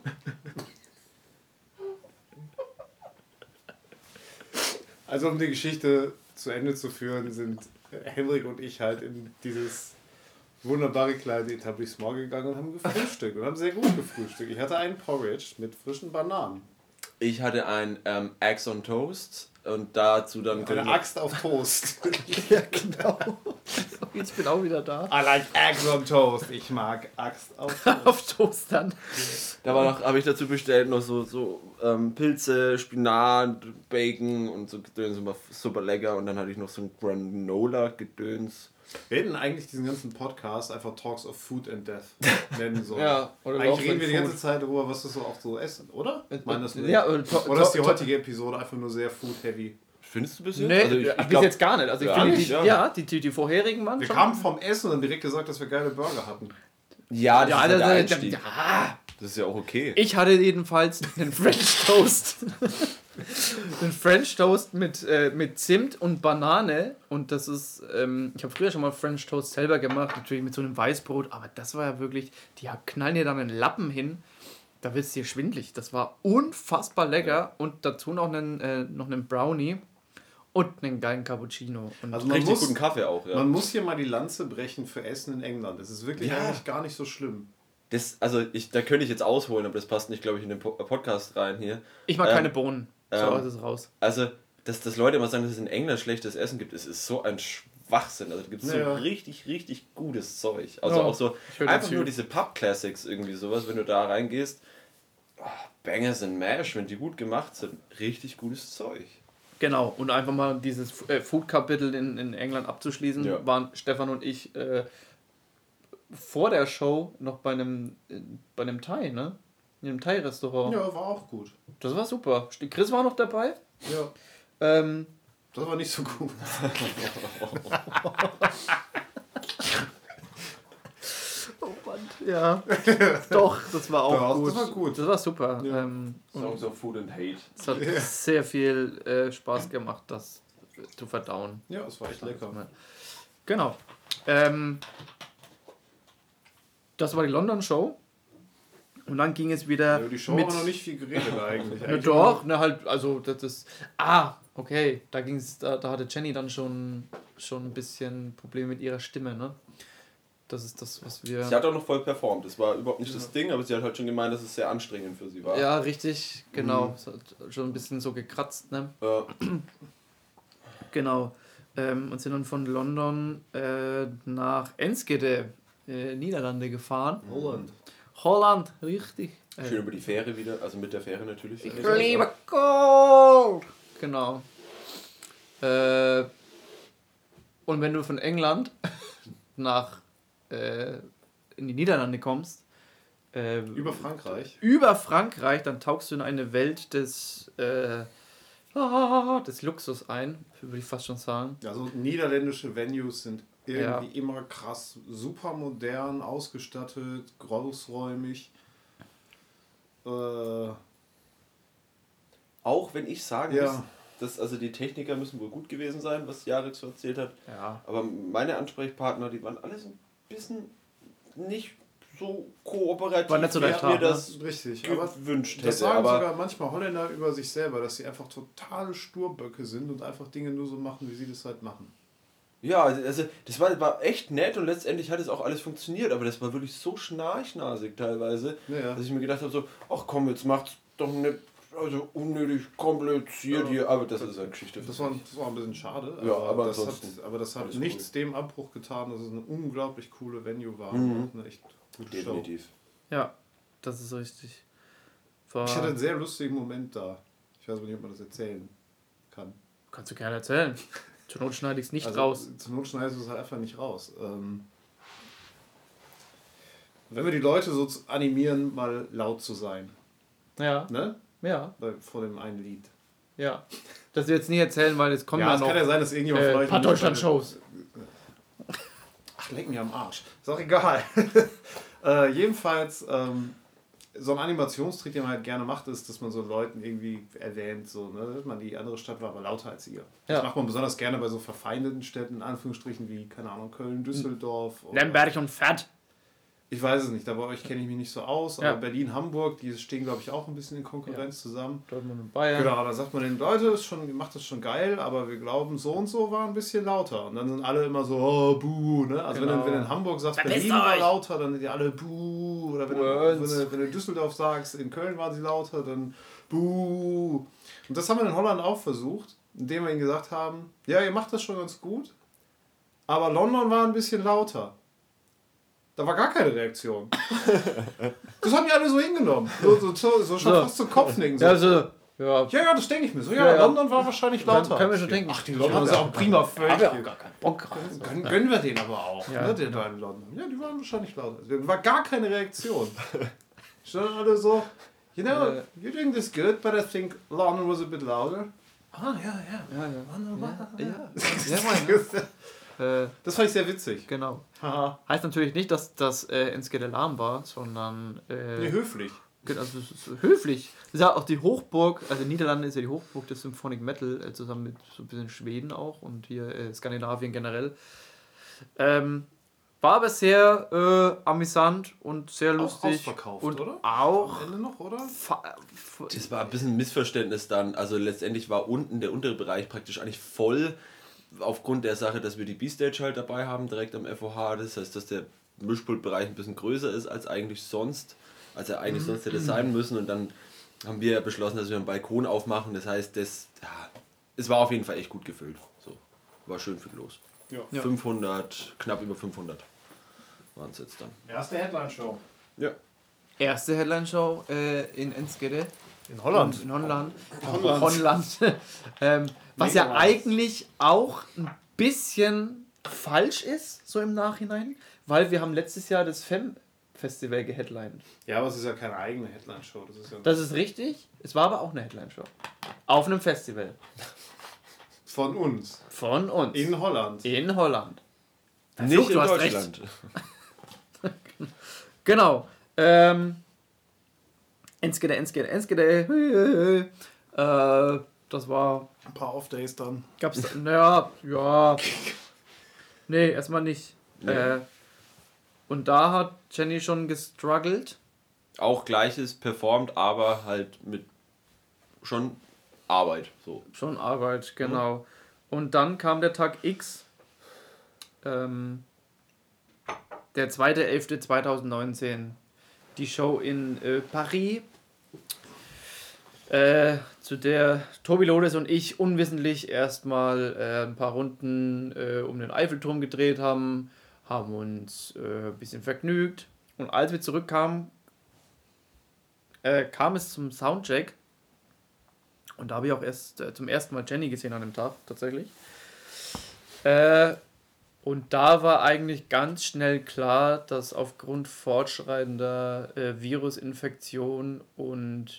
Also um die Geschichte zu Ende zu führen, sind Henrik und ich halt in dieses wunderbare kleine Etablissement gegangen und haben gefrühstückt. Und haben sehr gut gefrühstückt. Ich hatte einen Porridge mit frischen Bananen. Ich hatte ein Eggs on Toast und dazu dann... Eine Axt auf Toast. Ja, genau. Jetzt bin auch wieder da. I like eggs on toast. Ich mag Axt auf Toast. Auf Toastern. Da war noch, habe ich dazu bestellt noch so Pilze, Spinat, Bacon und so Gedöns, immer super lecker. Und dann hatte ich noch so ein Granola-Gedöns. Wir hätten eigentlich diesen ganzen Podcast einfach Talks of Food and Death nennen sollen. Ja, oder Eigentlich reden wir die ganze Zeit darüber, was wir so auch so essen, oder? Meinen das nicht? Ja, Oder ist die heutige Episode einfach nur sehr food-heavy? Findest du bis jetzt? Nee, Also ich bis glaub, jetzt gar nicht. Also ich gar finde, nicht, die vorherigen waren Wir schon... kamen vom Essen und haben direkt gesagt, dass wir geile Burger hatten. ja, das Ja, ist ja der das, Einstieg. ja, Das ist ja auch okay. ich hatte jedenfalls einen French Toast. Einen French Toast mit Zimt und Banane. Und das ist, ich habe früher schon mal French Toast selber gemacht, natürlich mit so einem Weißbrot, aber das war ja wirklich, die knallen dir dann einen Lappen hin, da wird es dir schwindlig. Das war unfassbar lecker und dazu noch einen Brownie und einen geilen Cappuccino. Und Also man Richtig muss, guten Kaffee auch, ja. man muss hier mal die Lanze brechen für Essen in England. Das ist wirklich Ja. eigentlich gar nicht so schlimm. Das, also da könnte ich jetzt ausholen, aber das passt nicht, glaube ich, in den Podcast rein hier. ich mag keine Bohnen. So ähm, ist es raus. Also dass Leute immer sagen, dass es in England schlechtes Essen gibt, es ist so ein Schwachsinn. Also da gibt es so richtig, richtig gutes Zeug. Also auch so einfach nur diese Pub-Classics irgendwie sowas, wenn du da reingehst. Bangers and Mash, wenn die gut gemacht sind, richtig gutes Zeug. Genau, und einfach mal dieses Food-Kapitel in England abzuschließen, waren Stefan und ich vor der Show noch bei einem Thai, ne? In einem Thai-Restaurant. Ja, war auch gut. Das war super. Chris war noch dabei. Ja. Das war nicht so gut. Oh Mann, ja. Doch, das war auch gut. Das war gut. Das war super. Ja. Songs of Food and Hate. Es hat sehr viel Spaß gemacht, das zu verdauen. Ja, es war echt lecker. Genau. Das war die London-Show. Und dann ging es wieder. Ja, die Show haben wir noch nicht viel geredet eigentlich. Ja, doch, ne, halt, also das ist. Okay, da ging's, da hatte Jenny dann schon ein bisschen Probleme mit ihrer Stimme, ne? Das ist das, was wir. Sie hat auch noch voll performt. Das war überhaupt nicht das Ding, aber sie hat halt schon gemeint, dass es sehr anstrengend für sie war. Ja, richtig, genau. Es hat schon ein bisschen so gekratzt, ne? Genau. Und sind dann von London nach Enschede, Niederlande gefahren. Holland, richtig. Schön über die Fähre wieder, also mit der Fähre natürlich. Ich liebe Gold! Genau. Und wenn du von England nach in die Niederlande kommst, Über Frankreich, dann tauchst du in eine Welt des Luxus ein, würde ich fast schon sagen. Also niederländische Venues sind irgendwie immer krass, super modern, ausgestattet, großräumig. Auch wenn ich sagen muss, dass also die Techniker müssen wohl gut gewesen sein, was Jarek so erzählt hat. Ja. Aber meine Ansprechpartner, die waren alles ein bisschen nicht so kooperativ, war nicht so wie ich mir das richtig gewünscht hätte. Das sagen sogar manchmal Holländer über sich selber, dass sie einfach totale Sturböcke sind und einfach Dinge nur so machen, wie sie das halt machen. Ja, also das war echt nett und letztendlich hat es auch alles funktioniert, aber das war wirklich so schnarchnasig teilweise, dass ich mir gedacht habe, so, ach komm, jetzt macht's doch nicht also unnötig kompliziert hier, aber das ist eine Geschichte. Das war ein bisschen schade, aber das hat nichts dem Abbruch getan, dass es eine unglaublich coole Venue war. Eine echt gute Definitiv. Show. Ja, das ist richtig. Ich hatte einen sehr lustigen Moment da. Ich weiß aber nicht, ob man das erzählen kann. Kannst du gerne erzählen. Zur Not schneide ich es nicht raus. Zur Not schneidest du es halt einfach nicht raus. Wenn wir die Leute so animieren, mal laut zu sein. Ja. Ne? Ja. Vor dem einen Lied. Ja. Das wir jetzt nie erzählen, weil es kommen ja es noch kann ja sein, dass irgendjemand vielleicht ein paar Deutschland-Shows. Ach, leck mir am Arsch. Ist auch egal. Jedenfalls, so ein Animationstrick, den man halt gerne macht, ist, dass man so Leuten irgendwie erwähnt, so, ne, man die andere Stadt war aber lauter als ihr. Das macht man besonders gerne bei so verfeindeten Städten, in Anführungsstrichen, wie, keine Ahnung, Köln, Düsseldorf. Lemberg und Fett. Ich weiß es nicht, da bei euch kenne ich mich nicht so aus, aber Berlin, Hamburg, die stehen, glaube ich, auch ein bisschen in Konkurrenz zusammen. Dortmund und Bayern. Genau, da sagt man den Leute, macht das schon geil, aber wir glauben, so und so war ein bisschen lauter. Und dann sind alle immer so, oh, buh, ne? Also wenn du in Hamburg sagst, Berlin war lauter, dann sind die alle buh. Oder wenn du in Düsseldorf sagst, in Köln waren sie lauter, dann buh. Und das haben wir in Holland auch versucht, indem wir ihnen gesagt haben, ja, ihr macht das schon ganz gut, aber London war ein bisschen lauter. Da war gar keine Reaktion. Das haben die alle so hingenommen. So schon fast zum Kopfnicken. So. Ja, das denke ich mir so. Ja, London war wahrscheinlich lauter. Können wir schon denken. Ach, die Londoner sind auch prima völlig. Haben wir auch gar keinen Bock. Gönnen wir den aber auch. Ja, ne, den da in London. Ja, die waren wahrscheinlich lauter. Da war gar keine Reaktion. Standen alle so, you know, you're doing this good, but I think London was a bit louder. Das fand ich sehr witzig. Genau. Haha. Heißt natürlich nicht, dass das Enschede lahm war, sondern... Nee, höflich. Also es ist höflich. Das ist ja auch die Hochburg, also Niederlande ist ja die Hochburg des Symphonic Metal, zusammen mit so ein bisschen Schweden auch und hier Skandinavien generell. War aber sehr amüsant und sehr lustig. Auch ausverkauft, und oder? auch Am Ende noch, oder? Das war ein bisschen ein Missverständnis dann. Also letztendlich war unten der untere Bereich praktisch eigentlich voll, aufgrund der Sache, dass wir die B-Stage halt dabei haben, direkt am FOH. Das heißt, dass der Mischpultbereich ein bisschen größer ist als eigentlich sonst. Als er eigentlich sonst hätte sein müssen. Und dann haben wir beschlossen, dass wir einen Balkon aufmachen. Das heißt, es war auf jeden Fall echt gut gefüllt. So, war schön viel los. Ja. 500, knapp über 500 waren es jetzt dann. Erste Headline-Show. Ja. Erste Headline-Show in Enschede. In Holland. In Holland. Holland. Was ja eigentlich auch ein bisschen falsch ist, so im Nachhinein, weil wir haben letztes Jahr das FEM-Festival geheadlined. Ja, aber es ist ja keine eigene Headline-Show. Das ist richtig, es war aber auch eine Headline-Show. Auf einem Festival. Von uns. Von uns. In Holland. In Holland. Nicht Fluch, in du hast Deutschland. Genau. Enschede. Das war... Ein paar Off-Days dann. Gab's da, naja, ja. Nee, erstmal nicht. Nee. Und da hat Jenny schon gestruggelt. Auch Gleiches performt, aber halt mit schon Arbeit. So. Schon Arbeit, genau. Und dann kam der Tag X. Der 2.11.2019. Die Show in Paris. Zu der Tobi Lodes und ich unwissentlich erstmal ein paar Runden um den Eiffelturm gedreht haben uns ein bisschen vergnügt. Und als wir zurückkamen, kam es zum Soundcheck. Und da habe ich auch erst zum ersten Mal Jenny gesehen an dem Tag, tatsächlich. Und da war eigentlich ganz schnell klar, dass aufgrund fortschreitender Virusinfektion und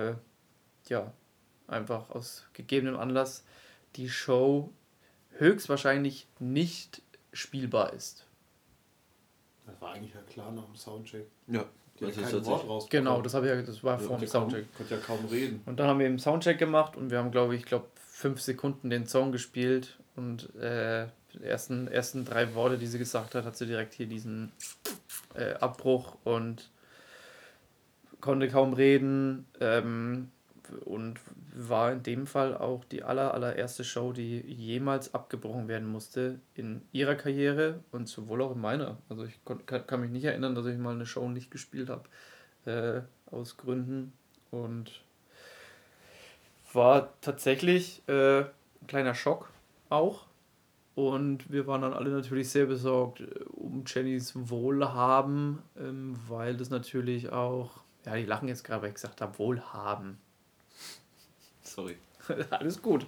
einfach aus gegebenem Anlass die Show höchstwahrscheinlich nicht spielbar ist. Das war eigentlich ja klar nach dem Soundcheck. Ja, Die das hat ist kein Wort tatsächlich. rausbekommen. Genau, das war vor dem Soundcheck. Konnte ja kaum reden. Und dann haben wir eben Soundcheck gemacht und wir haben, glaube ich, 5 Sekunden den Song gespielt und die ersten 3 Worte, die sie gesagt hat sie direkt hier diesen Abbruch und konnte kaum reden und war in dem Fall auch die allererste Show, die jemals abgebrochen werden musste in ihrer Karriere und sowohl auch in meiner. Also ich kann mich nicht erinnern, dass ich mal eine Show nicht gespielt habe, aus Gründen, und war tatsächlich ein kleiner Schock auch. Und wir waren dann alle natürlich sehr besorgt um Jennys Wohlhaben, weil das natürlich auch, ja, die lachen jetzt gerade, weil ich gesagt habe, Wohlhaben. Sorry. Alles gut.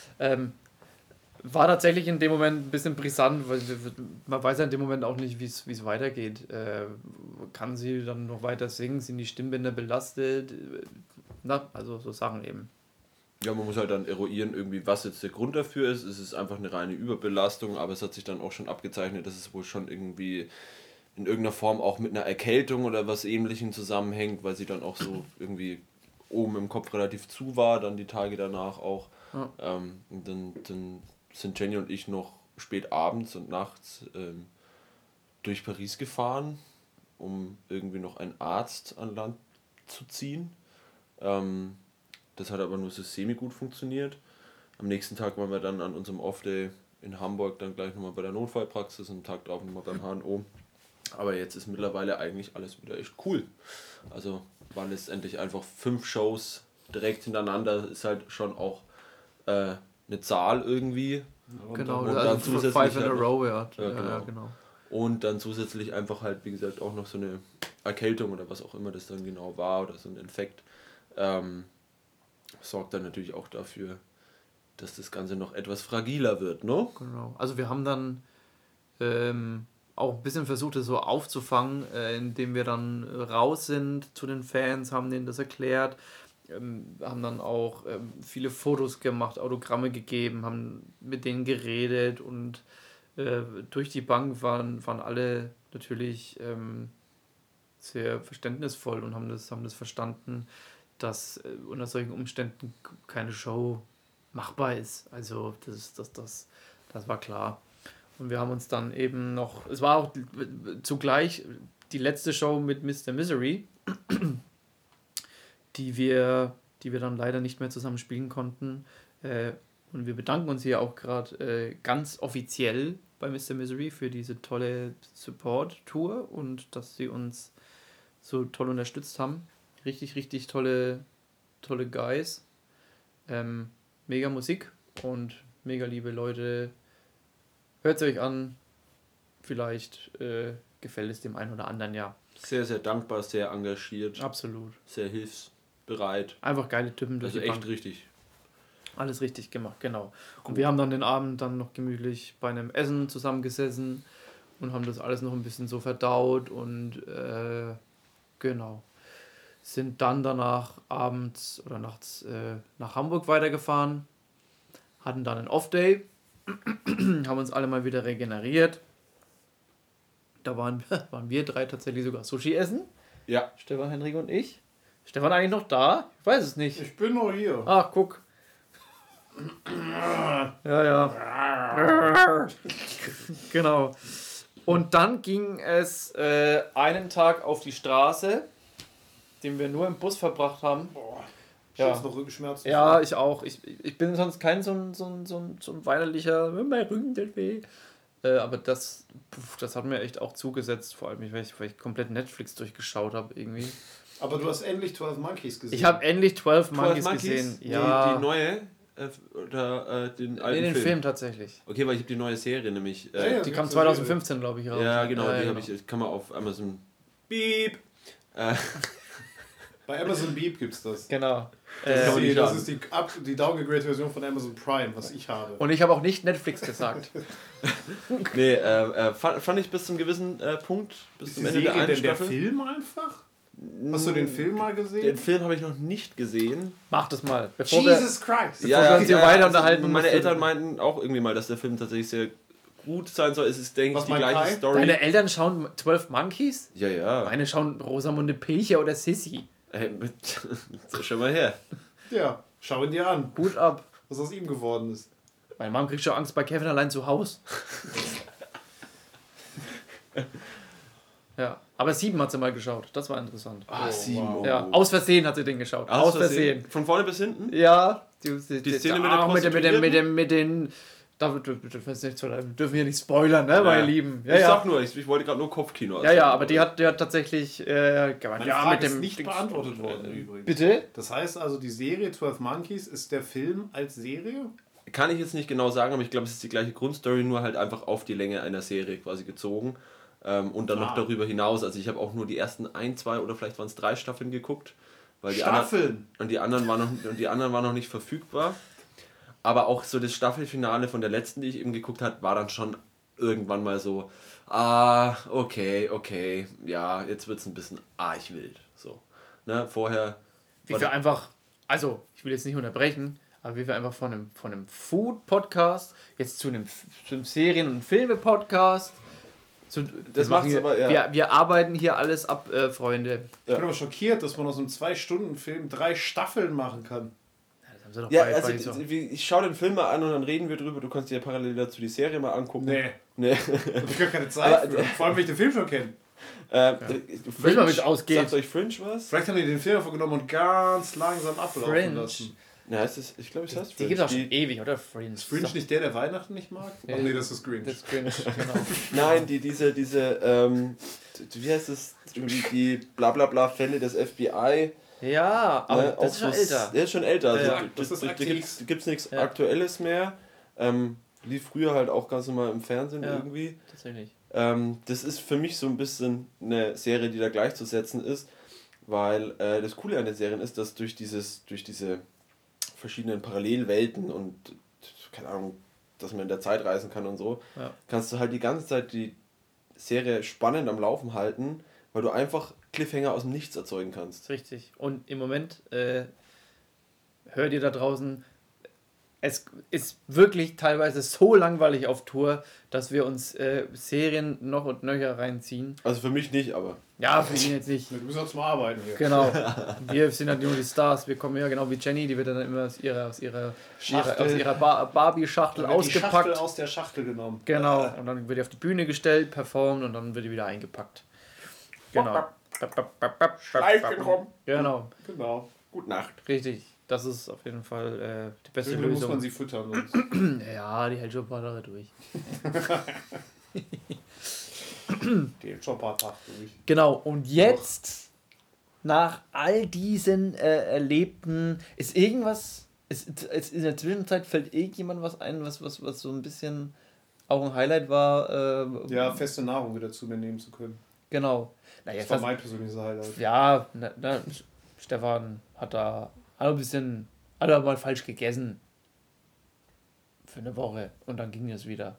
War tatsächlich in dem Moment ein bisschen brisant, weil man weiß ja in dem Moment auch nicht, wie es weitergeht. Kann sie dann noch weiter singen? Sind die Stimmbänder belastet? Also so Sachen eben. Ja, man muss halt dann eruieren, irgendwie, was jetzt der Grund dafür ist. Es ist einfach eine reine Überbelastung, aber es hat sich dann auch schon abgezeichnet, dass es wohl schon irgendwie in irgendeiner Form auch mit einer Erkältung oder was Ähnlichem zusammenhängt, weil sie dann auch so irgendwie oben im Kopf relativ zu war, dann die Tage danach auch. Ja. Und dann sind Jenny und ich noch spät abends und nachts durch Paris gefahren, um irgendwie noch einen Arzt an Land zu ziehen. Das hat aber nur so semi-gut funktioniert. Am nächsten Tag waren wir dann an unserem Off-Day in Hamburg dann gleich nochmal bei der Notfallpraxis und am Tag darauf nochmal beim HNO. Aber jetzt ist mittlerweile eigentlich alles wieder echt cool. Also waren letztendlich einfach 5 Shows direkt hintereinander. Ist halt schon auch eine Zahl irgendwie. Genau, und also dann zusätzlich 5 in a halt row, ja. Genau. Und dann zusätzlich einfach halt, wie gesagt, auch noch so eine Erkältung oder was auch immer das dann genau war oder so ein Infekt. Sorgt dann natürlich auch dafür, dass das Ganze noch etwas fragiler wird, ne? Genau. Also wir haben dann auch ein bisschen versucht, das so aufzufangen, indem wir dann raus sind zu den Fans, haben denen das erklärt, haben dann auch viele Fotos gemacht, Autogramme gegeben, haben mit denen geredet und durch die Bank waren alle natürlich sehr verständnisvoll und haben das verstanden, dass unter solchen Umständen keine Show machbar ist. Also das war klar. Und wir haben uns dann eben noch, es war auch zugleich die letzte Show mit Mr. Misery, die wir dann leider nicht mehr zusammen spielen konnten. Und wir bedanken uns hier auch gerade ganz offiziell bei Mr. Misery für diese tolle Support-Tour und dass sie uns so toll unterstützt haben. Richtig, richtig tolle Guys. Mega Musik und mega liebe Leute. Hört es euch an. Vielleicht gefällt es dem einen oder anderen, ja. Sehr, sehr dankbar, sehr engagiert, Absolut. sehr hilfsbereit. Einfach geile Typen durch Also die echt Bank. richtig. Alles richtig gemacht, genau. Und wir haben dann den Abend dann noch gemütlich bei einem Essen zusammengesessen und haben das alles noch ein bisschen so verdaut und genau. Sind dann danach abends oder nachts nach Hamburg weitergefahren, hatten dann einen Off-Day, haben uns alle mal wieder regeneriert. Da waren wir drei tatsächlich sogar Sushi essen. Ja. Stefan, Henrik und ich. Stefan eigentlich noch da? Ich weiß es nicht. Ich bin noch hier. Ach, guck. Ja. Genau. Und dann ging es einen Tag auf die Straße, den wir nur im Bus verbracht haben. Boah, ich Ja. hab noch Rückenschmerzen. Ja, ich auch. Ich bin sonst kein so ein weinerlicher, mein Rücken tut weh. Aber das hat mir echt auch zugesetzt, vor allem, weil ich komplett Netflix durchgeschaut habe irgendwie. Aber du hast endlich 12 Monkeys gesehen. Ich habe endlich 12 Monkeys gesehen. Ja. Die neue oder den alten Den Film? Film tatsächlich. Okay, weil ich habe die neue Serie nämlich. Ja, Die kam 2015, glaube ich, raus. Ja, genau, Ja, die genau. habe ich. Kann man auf Amazon. Beep! Bei Amazon Beep gibt's das. Genau. kann man nicht Das schaden. ist die downgegrade Version von Amazon Prime, was ich habe. Und ich habe auch nicht Netflix gesagt. Nee, fand ich bis zum gewissen Punkt, bis zum Die Ende der Serie einen denn der Staffel. Film einfach? Hast du den Film mal gesehen? Den Film habe ich noch nicht gesehen. Mach das mal. Bevor Jesus Christ! wir uns hier weiter unterhalten Meine musst du- Eltern meinten auch irgendwie mal, dass der Film tatsächlich sehr gut sein soll. Es ist, denke Was ich, die meint gleiche Kai? Story. Deine Eltern schauen 12 Monkeys? Ja, ja. Meine schauen Rosamunde Pilcher oder Sissy. So, schau mal her. Ja, schau ihn dir an, Hut ab. was aus ihm geworden ist. Meine Mom kriegt schon Angst bei Kevin allein zu Hause. Ja, aber 7 hat sie mal geschaut. Das war interessant. Ah, Oh, 7. wow. Oh. Ja, aus Versehen hat sie den geschaut. Aus Versehen. Von vorne bis hinten? Ja, die Szene mit der auch mit den. Da dürfen wir nicht spoilern, ne, meine Lieben. Ja, ich ja. sag nur, ich wollte gerade nur Kopfkino. Ja, ja, aber die hat tatsächlich. Meine ja, Frage mit ist dem. nicht beantwortet worden übrigens. Bitte? Das heißt also, die Serie 12 Monkeys ist der Film als Serie? Kann ich jetzt nicht genau sagen, aber ich glaube, es ist die gleiche Grundstory, nur halt einfach auf die Länge einer Serie quasi gezogen. Und dann noch darüber hinaus. Also ich habe auch nur die ersten 1, 2 oder vielleicht waren es 3 Staffeln geguckt. Weil die Staffeln? Und die anderen waren noch nicht verfügbar. Aber auch so das Staffelfinale von der letzten, die ich eben geguckt habe, war dann schon irgendwann mal so, okay, ja, jetzt wird es ein bisschen arg wild. So. Ne, vorher... Wie wir einfach. Also, ich will jetzt nicht unterbrechen, aber wie wir einfach von einem Food-Podcast jetzt zu einem Serien- und Filme-Podcast. Das macht's aber, ja. Wir arbeiten hier alles ab, Freunde. Ich bin aber schockiert, dass man aus einem 2-Stunden-Film 3 Staffeln machen kann. Das haben sie doch Ja, bei- also bei so. ich schaue den Film mal an und dann reden wir drüber. Du kannst dir parallel dazu die Serie mal angucken. Nee. Da hab ich gar keine Zeit für. Vor allem, wenn ich den Film schon kenne. Will mal, wie es ausgeht. Sagt euch Fringe was? Vielleicht haben die den Film einfach genommen und ganz langsam ablaufen Fringe. lassen. Ja, heißt es, ich glaube, es heißt Die Fringe. gibt es auch schon ewig, oder? Fringe. Ist Fringe nicht der Weihnachten nicht mag? Ach nee, das ist Grinch. Das ist Fringe, genau. Nein, diese wie heißt es? Die Blablabla-Fälle des FBI. Ja, aber ne, das ist schon älter. Der ist schon älter. Also, Ja, das ist da aktiv. gibt's nichts Ja. Aktuelles mehr. Lief früher halt auch ganz normal im Fernsehen Ja. irgendwie. Tatsächlich. Das ist für mich so ein bisschen eine Serie, die da gleichzusetzen ist, weil das Coole an den Serien ist, dass durch diese verschiedenen Parallelwelten und keine Ahnung, dass man in der Zeit reisen kann und so, Ja. kannst du halt die ganze Zeit die Serie spannend am Laufen halten, weil du einfach Cliffhanger aus dem Nichts erzeugen kannst. Richtig. Und im Moment hört ihr da draußen, es ist wirklich teilweise so langweilig auf Tour, dass wir uns Serien noch und nöcher reinziehen. Also für mich nicht, aber Ja, für ihn jetzt nicht. Du musst auch zum Arbeiten hier. Genau. Wir sind halt nur die Stars. Wir kommen ja genau wie Jenny, die wird dann immer aus ihrer Barbie-Schachtel Dann wird die Schachtel ausgepackt. aus der Schachtel genommen. Genau. Und dann wird die auf die Bühne gestellt, performt und dann wird die wieder eingepackt. Genau. Schleifchen rum. Genau. Genau. gute Nacht. Richtig. Das ist auf jeden Fall die beste Irgendwie muss Lösung. man sie füttern. Sonst. Ja, die hält schon ein paar Tage durch. Die hält schon ein paar Tage durch. Genau, und jetzt, nach all diesen Erlebten, ist irgendwas in der Zwischenzeit fällt irgendjemand was ein, was so ein bisschen auch ein Highlight war. Ja, feste Nahrung wieder zu mir nehmen zu können. Genau. Na, Das war mein persönliches Highlight. Ja, Stefan hat ein bisschen, hat er mal falsch gegessen. Für eine Woche. Und dann ging es wieder.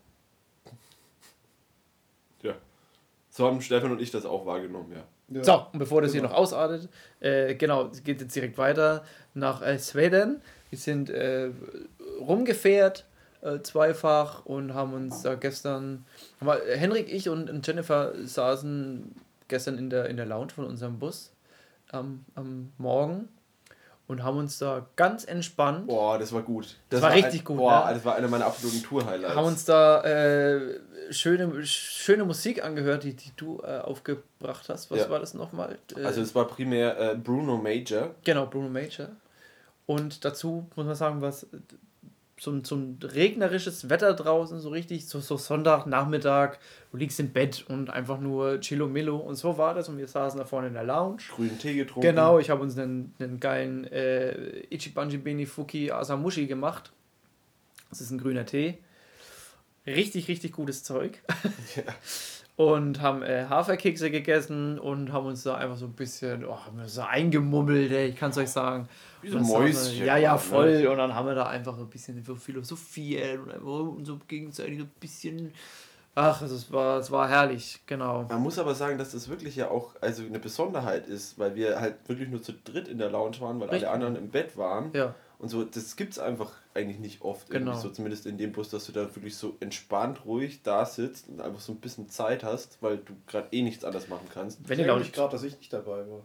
Ja. So haben Stefan und ich das auch wahrgenommen, ja. Ja. So, und bevor das hier Genau. noch ausartet, genau, es geht jetzt direkt weiter nach Schweden. Wir sind rumgefährt, zweifach, und haben uns da gestern, Henrik, ich und Jennifer saßen gestern in der Lounge von unserem Bus am Morgen und haben uns da ganz entspannt, Boah, das war gut. Das war richtig gut, Boah, ne? das war einer meiner absoluten Tour-Highlights. haben uns da schöne Musik angehört, die du aufgebracht hast. Was Ja. war das nochmal? Also es war primär Bruno Major. Genau, Bruno Major. Und dazu muss man sagen, was so ein regnerisches Wetter draußen, so richtig, so Sonntagnachmittag, du liegst im Bett und einfach nur Chillo Millo, und so war das, und wir saßen da vorne in der Lounge. Grünen Tee getrunken. Genau, ich habe uns einen geilen Ichibanji Beni Fuki Asamushi gemacht. Das ist ein grüner Tee. Richtig, richtig gutes Zeug. Ja. Und haben Haferkekse gegessen und haben uns da einfach so ein bisschen haben wir so eingemummelt, ey, ich kann es euch sagen. Wie so Und dann Mäuschen. haben wir, ja, voll. Ne? Und dann haben wir da einfach so ein bisschen philosophiert und einfach uns so gegenseitig so ein bisschen. Ach, es war herrlich, genau. Man muss aber sagen, dass das wirklich ja auch also eine Besonderheit ist, weil wir halt wirklich nur zu dritt in der Lounge waren, weil Richtig. alle anderen im Bett waren. Ja, Und so, das gibt's einfach eigentlich nicht oft. Genau. Irgendwie so, zumindest in dem Bus, dass du da wirklich so entspannt, ruhig da sitzt und einfach so ein bisschen Zeit hast, weil du gerade eh nichts anderes machen kannst. wenn Ich die Laune. mich gerade, dass ich nicht dabei war.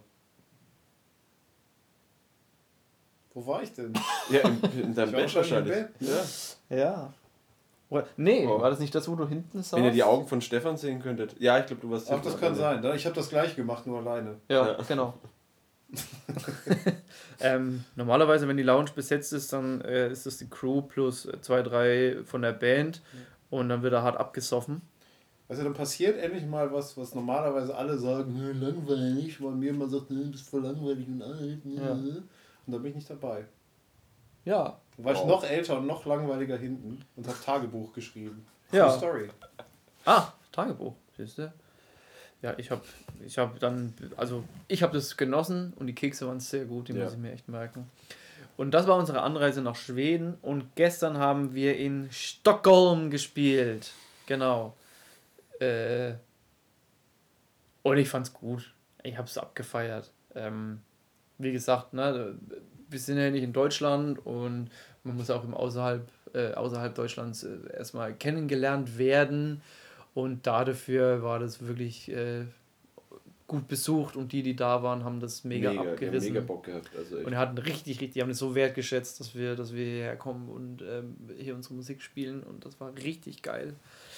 Wo war ich denn? Ja, in deinem Ich war Bett wahrscheinlich wahrscheinlich. im Bett, Ja. Ja. Oder, nee, Oh. war das nicht das, wo du hinten saßt? Wenn ihr die Augen von Stefan sehen könntet. Ja, ich glaube, du warst Ach, das kann sein. Ich habe das gleich gemacht, nur alleine. Ja, Ja. genau. Normalerweise, wenn die Lounge besetzt ist, dann ist das die Crew plus 2, 3 von der Band, und dann wird er hart abgesoffen. Also dann passiert endlich mal was normalerweise alle sagen, langweilig, weil mir immer sagt, das ist voll langweilig und alt. Ja. Und da bin ich nicht dabei. Ja. Da war ich Wow. noch älter und noch langweiliger hinten und habe Tagebuch geschrieben. Ja. True Story. Tagebuch, siehst du? Ja, ich habe dann, also ich habe das genossen und die Kekse waren sehr gut, die Ja. muss ich mir echt merken. Und das war unsere Anreise nach Schweden, und gestern haben wir in Stockholm gespielt. Genau. Und ich fand's gut. Ich habe es abgefeiert. Wie gesagt, ne, wir sind ja nicht in Deutschland, und man muss auch außerhalb Deutschlands erstmal kennengelernt werden. Und dafür war das wirklich gut besucht, und die da waren, haben das mega wir haben abgerissen. mega Bock gehabt. Also echt. Und wir hatten die haben das so wertgeschätzt, dass wir hierher kommen und hier unsere Musik spielen, und das war richtig geil.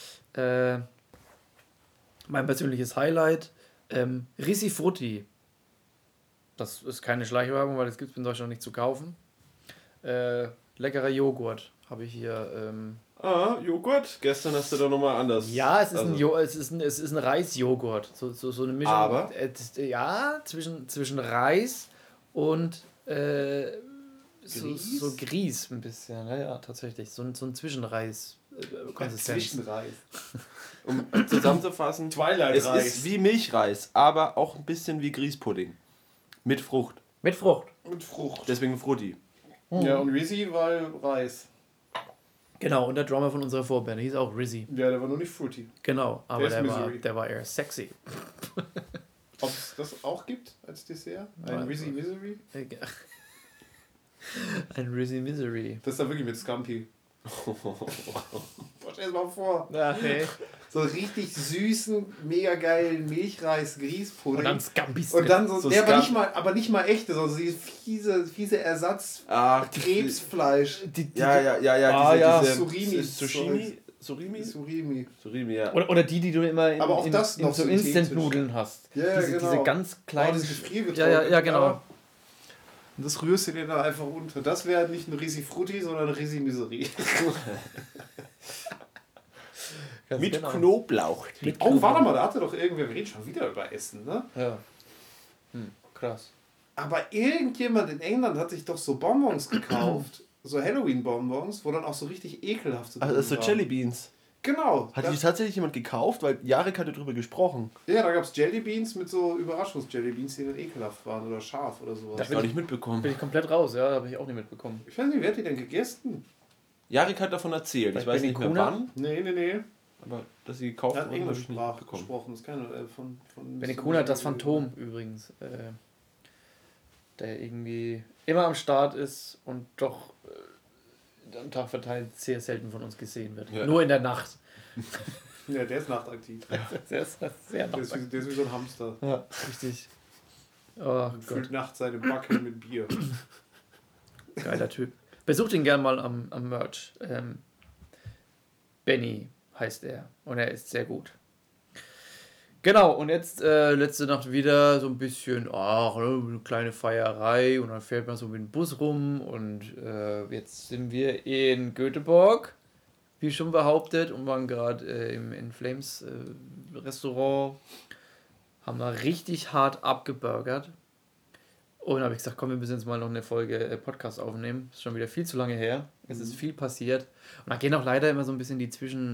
Mein persönliches Highlight, Risifrutti. Das ist keine Schleichwerbung, weil das gibt es in Deutschland nicht zu kaufen. Leckerer Joghurt habe ich hier. Joghurt. Gestern hast du da nochmal anders. Ja, es ist, Also, es ist ein Reisjoghurt. So eine Mischung. Aber? Ja, zwischen Reis und Grieß? so Grieß ein bisschen. Ja, tatsächlich. So ein Zwischenreis. Konsistenz. Zwischenreis. um zusammenzufassen, Twilight es Reis. ist wie Milchreis, aber auch ein bisschen wie Grießpudding. Mit Frucht. Mit Frucht. Mit Frucht. Deswegen Frutti. Ja, und Rizzy, weil Reis. Genau, und der Drummer von unserer Vorband, der hieß auch Rizzy. Ja, der war nur nicht fruity. Genau, aber ist Misery. der war eher sexy. Ob es das auch gibt als Dessert? Ein Nein. Rizzy Misery? Ein Rizzy Misery. Das ist da wirklich mit Scampi. Stell dir mal vor. Ach, hey. So einen richtig süßen, mega geilen Milchreis-Grießpudding. Und dann Scampis. Und dann so, So der war Scampi. aber nicht mal echte, sondern so dieses fiese Ersatz Ach, Krebsfleisch. Ja, Ah, ja. Surimi. Surimi? Surimi. Surimi, ja. Oder die du immer Aber auch das noch so synthetisch. Instant-Nudeln hast. Ja, diese, genau. diese ganz kleinen. das Gefriergetränk. Ja, genau. Und das rührst du dir da einfach unter. Das wäre nicht ein Risi Frutti, sondern ein Risi Misery. Ganz Mit genau. Knoblauch. Oh, warte mal, da hatte doch irgendwer, wir reden schon wieder über Essen, ne? Ja. Krass. Aber irgendjemand in England hat sich doch so Bonbons gekauft so Halloween-Bonbons, wo dann auch so richtig ekelhafte Also das ist so Jelly Beans. Genau. Hat die tatsächlich jemand gekauft? Weil Jarek hatte drüber gesprochen. Ja, da gab es Jellybeans mit so Überraschungs-Jellybeans, die dann ekelhaft waren oder scharf oder sowas. Das habe ich gar nicht mitbekommen. Bin ich komplett raus, ja, habe ich auch nicht mitbekommen. Ich weiß nicht, wer hat die denn gegessen? Jarek hat davon erzählt. Ich weiß nicht mehr wann, Nee. aber dass sie gekauft Er hat wurden, habe Englisch ich nicht mitbekommen. gesprochen. Das ist keine von Benny Kuhn hat das Phantom übrigens, der irgendwie immer am Start ist und doch am Tag verteilt sehr selten von uns gesehen wird. Ja. Nur in der Nacht. Ja, der ist nachtaktiv. Der ist sehr Der ist wie so ein Hamster. Ja, richtig. Oh Und Gott, füllt nachts seine Backen mit Bier. geiler Typ. Besucht ihn gern mal am Merch. Benny heißt er und er ist sehr gut. Genau, und jetzt letzte Nacht wieder so ein bisschen, eine kleine Feierei und dann fährt man so mit dem Bus rum und jetzt sind wir in Göteborg, wie schon behauptet, und waren gerade im In Flames Restaurant, haben da richtig hart abgeburgert. Und dann habe ich gesagt, komm, wir müssen jetzt mal noch eine Folge Podcast aufnehmen. Ist schon wieder viel zu lange her. Es ist viel passiert. Und da gehen auch leider immer so ein bisschen die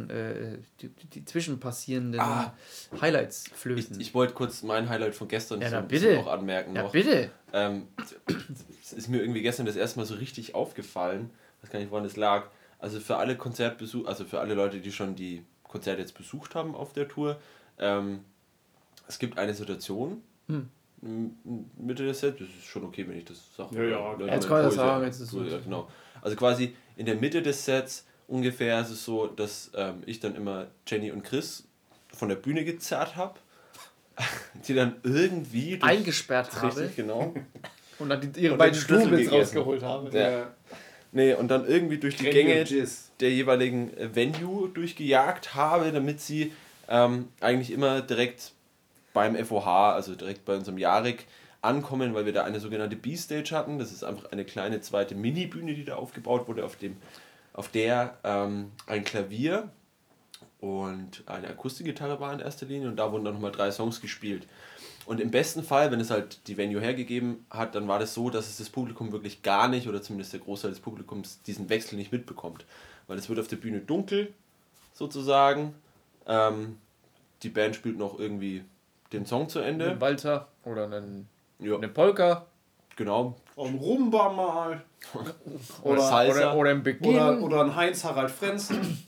zwischenpassierenden Highlights flöten. Ich wollte kurz mein Highlight von gestern Ja, so na, ein bisschen bitte. auch anmerken. Ja, noch. bitte. Es ist mir irgendwie gestern das erste Mal so richtig aufgefallen. Ich weiß gar nicht, woran das lag. Also für alle also für alle Leute, die schon die Konzerte jetzt besucht haben auf der Tour, es gibt eine Situation, Mitte des Sets, das ist schon okay, wenn ich das sage. Ja. Jetzt kann ich das sagen. Jetzt ist Ja, genau. Also quasi in der Mitte des Sets ungefähr ist es so, dass ich dann immer Jenny und Chris von der Bühne gezerrt habe, die dann irgendwie Eingesperrt habe richtig, genau. und dann ihre Und beiden den Schlüssel Doubles gegessen. rausgeholt habe. Ja. Nee, und dann irgendwie durch die Gänge der jeweiligen Venue durchgejagt habe, damit sie eigentlich immer direkt beim FOH, also direkt bei unserem Jarek, ankommen, weil wir da eine sogenannte B-Stage hatten. Das ist einfach eine kleine zweite Mini-Bühne, die da aufgebaut wurde, auf der ein Klavier und eine Akustikgitarre war in erster Linie und da wurden dann nochmal 3 Songs gespielt. Und im besten Fall, wenn es halt die Venue hergegeben hat, dann war das so, dass es das Publikum wirklich gar nicht, oder zumindest der Großteil des Publikums, diesen Wechsel nicht mitbekommt. Weil es wird auf der Bühne dunkel, sozusagen. Die Band spielt noch irgendwie den Song zu Ende. Einen Walter oder eine Polka. Genau. Und Rumba mal. Oder Salsa. Oder im Beginn. Oder ein Heinz-Harald Frenzen.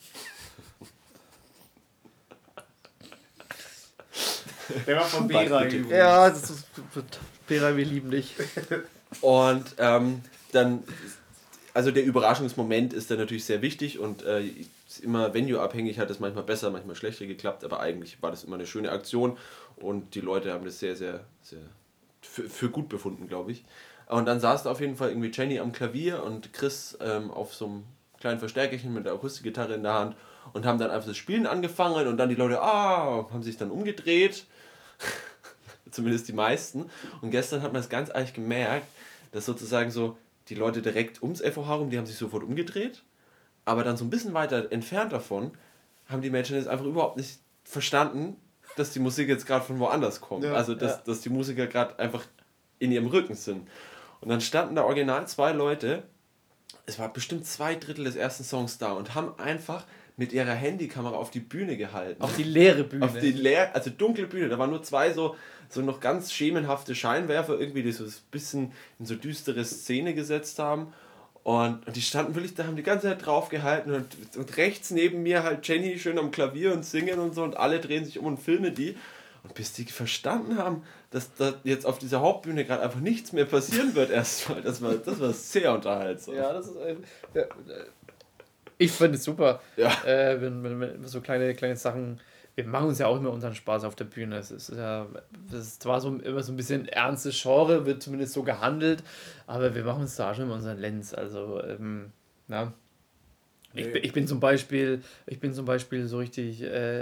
Der war von Bera. Ja, das ist Pera, wir lieben dich. Und dann, also der Überraschungsmoment ist dann natürlich sehr wichtig und ist immer venue-abhängig, hat es manchmal besser, manchmal schlechter geklappt, aber eigentlich war das immer eine schöne Aktion und die Leute haben das sehr, sehr, sehr für gut befunden, glaube ich. Und dann saß da auf jeden Fall irgendwie Jenny am Klavier und Chris auf so einem kleinen Verstärkerchen mit der Akustikgitarre in der Hand und haben dann einfach das Spielen angefangen und dann die Leute, haben sich dann umgedreht. Zumindest die meisten. Und gestern hat man es ganz eigentlich gemerkt, dass sozusagen so die Leute direkt ums FOH rum, die haben sich sofort umgedreht, aber dann so ein bisschen weiter entfernt davon haben die Menschen jetzt einfach überhaupt nicht verstanden, dass die Musik jetzt gerade von woanders kommt. Ja, also dass die Musiker gerade einfach in ihrem Rücken sind. Und dann standen da original 2 Leute, es war bestimmt 2/3 des ersten Songs da und haben einfach mit ihrer Handykamera auf die Bühne gehalten. Auf die leere Bühne. Auf die also dunkle Bühne. Da waren nur 2 so noch ganz schemenhafte Scheinwerfer irgendwie, die so ein bisschen in so düstere Szene gesetzt haben. Und die standen wirklich, da haben die ganze Zeit drauf gehalten und rechts neben mir halt Jenny schön am Klavier und singen und so und alle drehen sich um und filmen die. Und bis die verstanden haben, dass da jetzt auf dieser Hauptbühne gerade einfach nichts mehr passieren wird erstmal. Das war sehr unterhaltsam. Ja, das ist ich finde es super. Ja. Wenn so kleine Sachen. Wir machen uns ja auch immer unseren Spaß auf der Bühne. Das ist zwar immer so ein bisschen ernstes Genre, wird zumindest so gehandelt, aber wir machen uns da schon immer unseren Lenz. Also, na. Ich bin zum Beispiel so richtig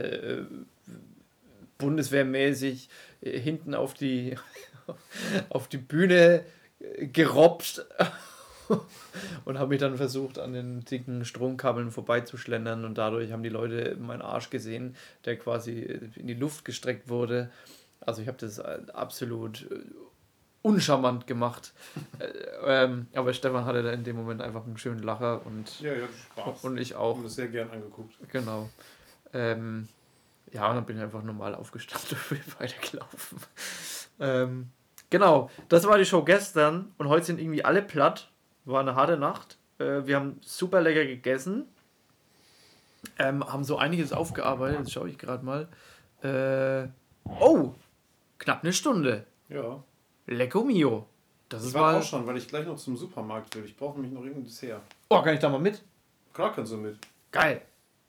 bundeswehrmäßig hinten auf die Bühne gerobbt und habe mich dann versucht, an den dicken Stromkabeln vorbeizuschlendern und dadurch haben die Leute meinen Arsch gesehen, der quasi in die Luft gestreckt wurde. Also ich habe das absolut uncharmant gemacht. Aber Stefan hatte da in dem Moment einfach einen schönen Lacher und, Ja, Spaß. und ich auch. Und das sehr gern angeguckt. Genau. Ja, und dann bin ich einfach normal aufgestanden und bin weitergelaufen. Genau, das war die Show gestern und heute sind irgendwie alle platt. War eine harte Nacht. Wir haben super lecker gegessen. Haben so einiges aufgearbeitet. Jetzt schaue ich gerade mal. Knapp eine Stunde. Ja. Lecco mio. Das Ich ist war mal. auch schon, weil ich gleich noch zum Supermarkt will. Ich brauche nämlich noch irgendein Dessert. Oh, kann ich da mal mit? Klar kannst du mit. Geil.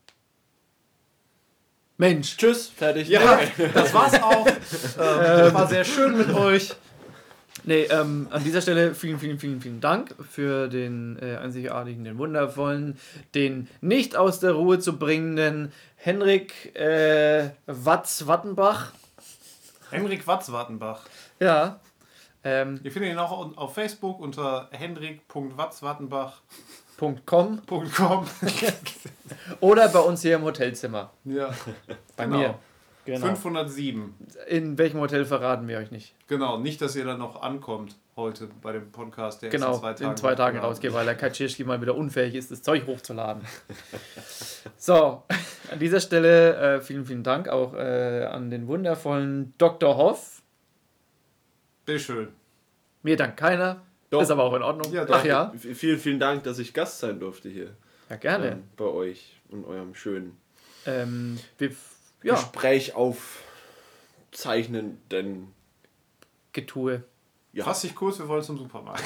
Mensch. Tschüss, fertig. Ja, das war's auch. War sehr schön mit euch. Nee, an dieser Stelle vielen Dank für den einzigartigen, den wundervollen, den nicht aus der Ruhe zu bringenden Henrik Wattenbach. Henrik Watzwattenbach. Ja. Ihr findet ihn auch auf Facebook unter henrik.watzwattenbach.com. .com oder bei uns hier im Hotelzimmer. Ja. Bei Genau. mir. Genau. 507. In welchem Hotel verraten wir euch nicht. Genau, nicht, dass ihr dann noch ankommt heute bei dem Podcast, der Genau, jetzt in 2 Tagen rausgeht, weil der Kaczynski mal wieder unfähig ist, das Zeug hochzuladen. So, an dieser Stelle vielen Dank auch an den wundervollen Dr. Hoff. Bitteschön. Mir dankt keiner. Doch. Ist aber auch in Ordnung. Ja, doch. Ach ja? Vielen Dank, dass ich Gast sein durfte hier. Ja, gerne. Bei euch und eurem schönen Ja, Gespräch aufzeichnen, denn Getue. ja. Fass dich kurz, wir wollen zum Supermarkt.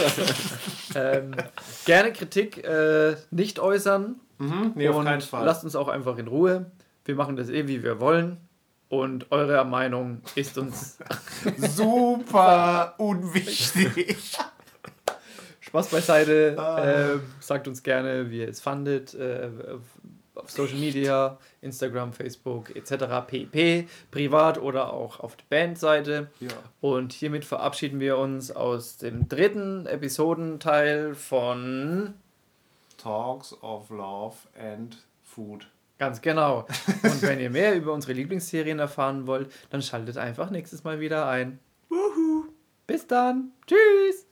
Gerne Kritik nicht äußern. Nee, auf und keinen Fall. lasst uns auch einfach in Ruhe. Wir machen das wie wir wollen. Und eure Meinung ist uns Super unwichtig. Spaß beiseite. Sagt uns gerne, wie ihr es fandet. Auf Social Media, Instagram, Facebook etc. pp. Privat oder auch auf der Bandseite. Ja. Und hiermit verabschieden wir uns aus dem 3. Episodenteil von Talks of Love and Food. Ganz genau. Und wenn ihr mehr über unsere Lieblingsserien erfahren wollt, dann schaltet einfach nächstes Mal wieder ein. Bis dann. Tschüss.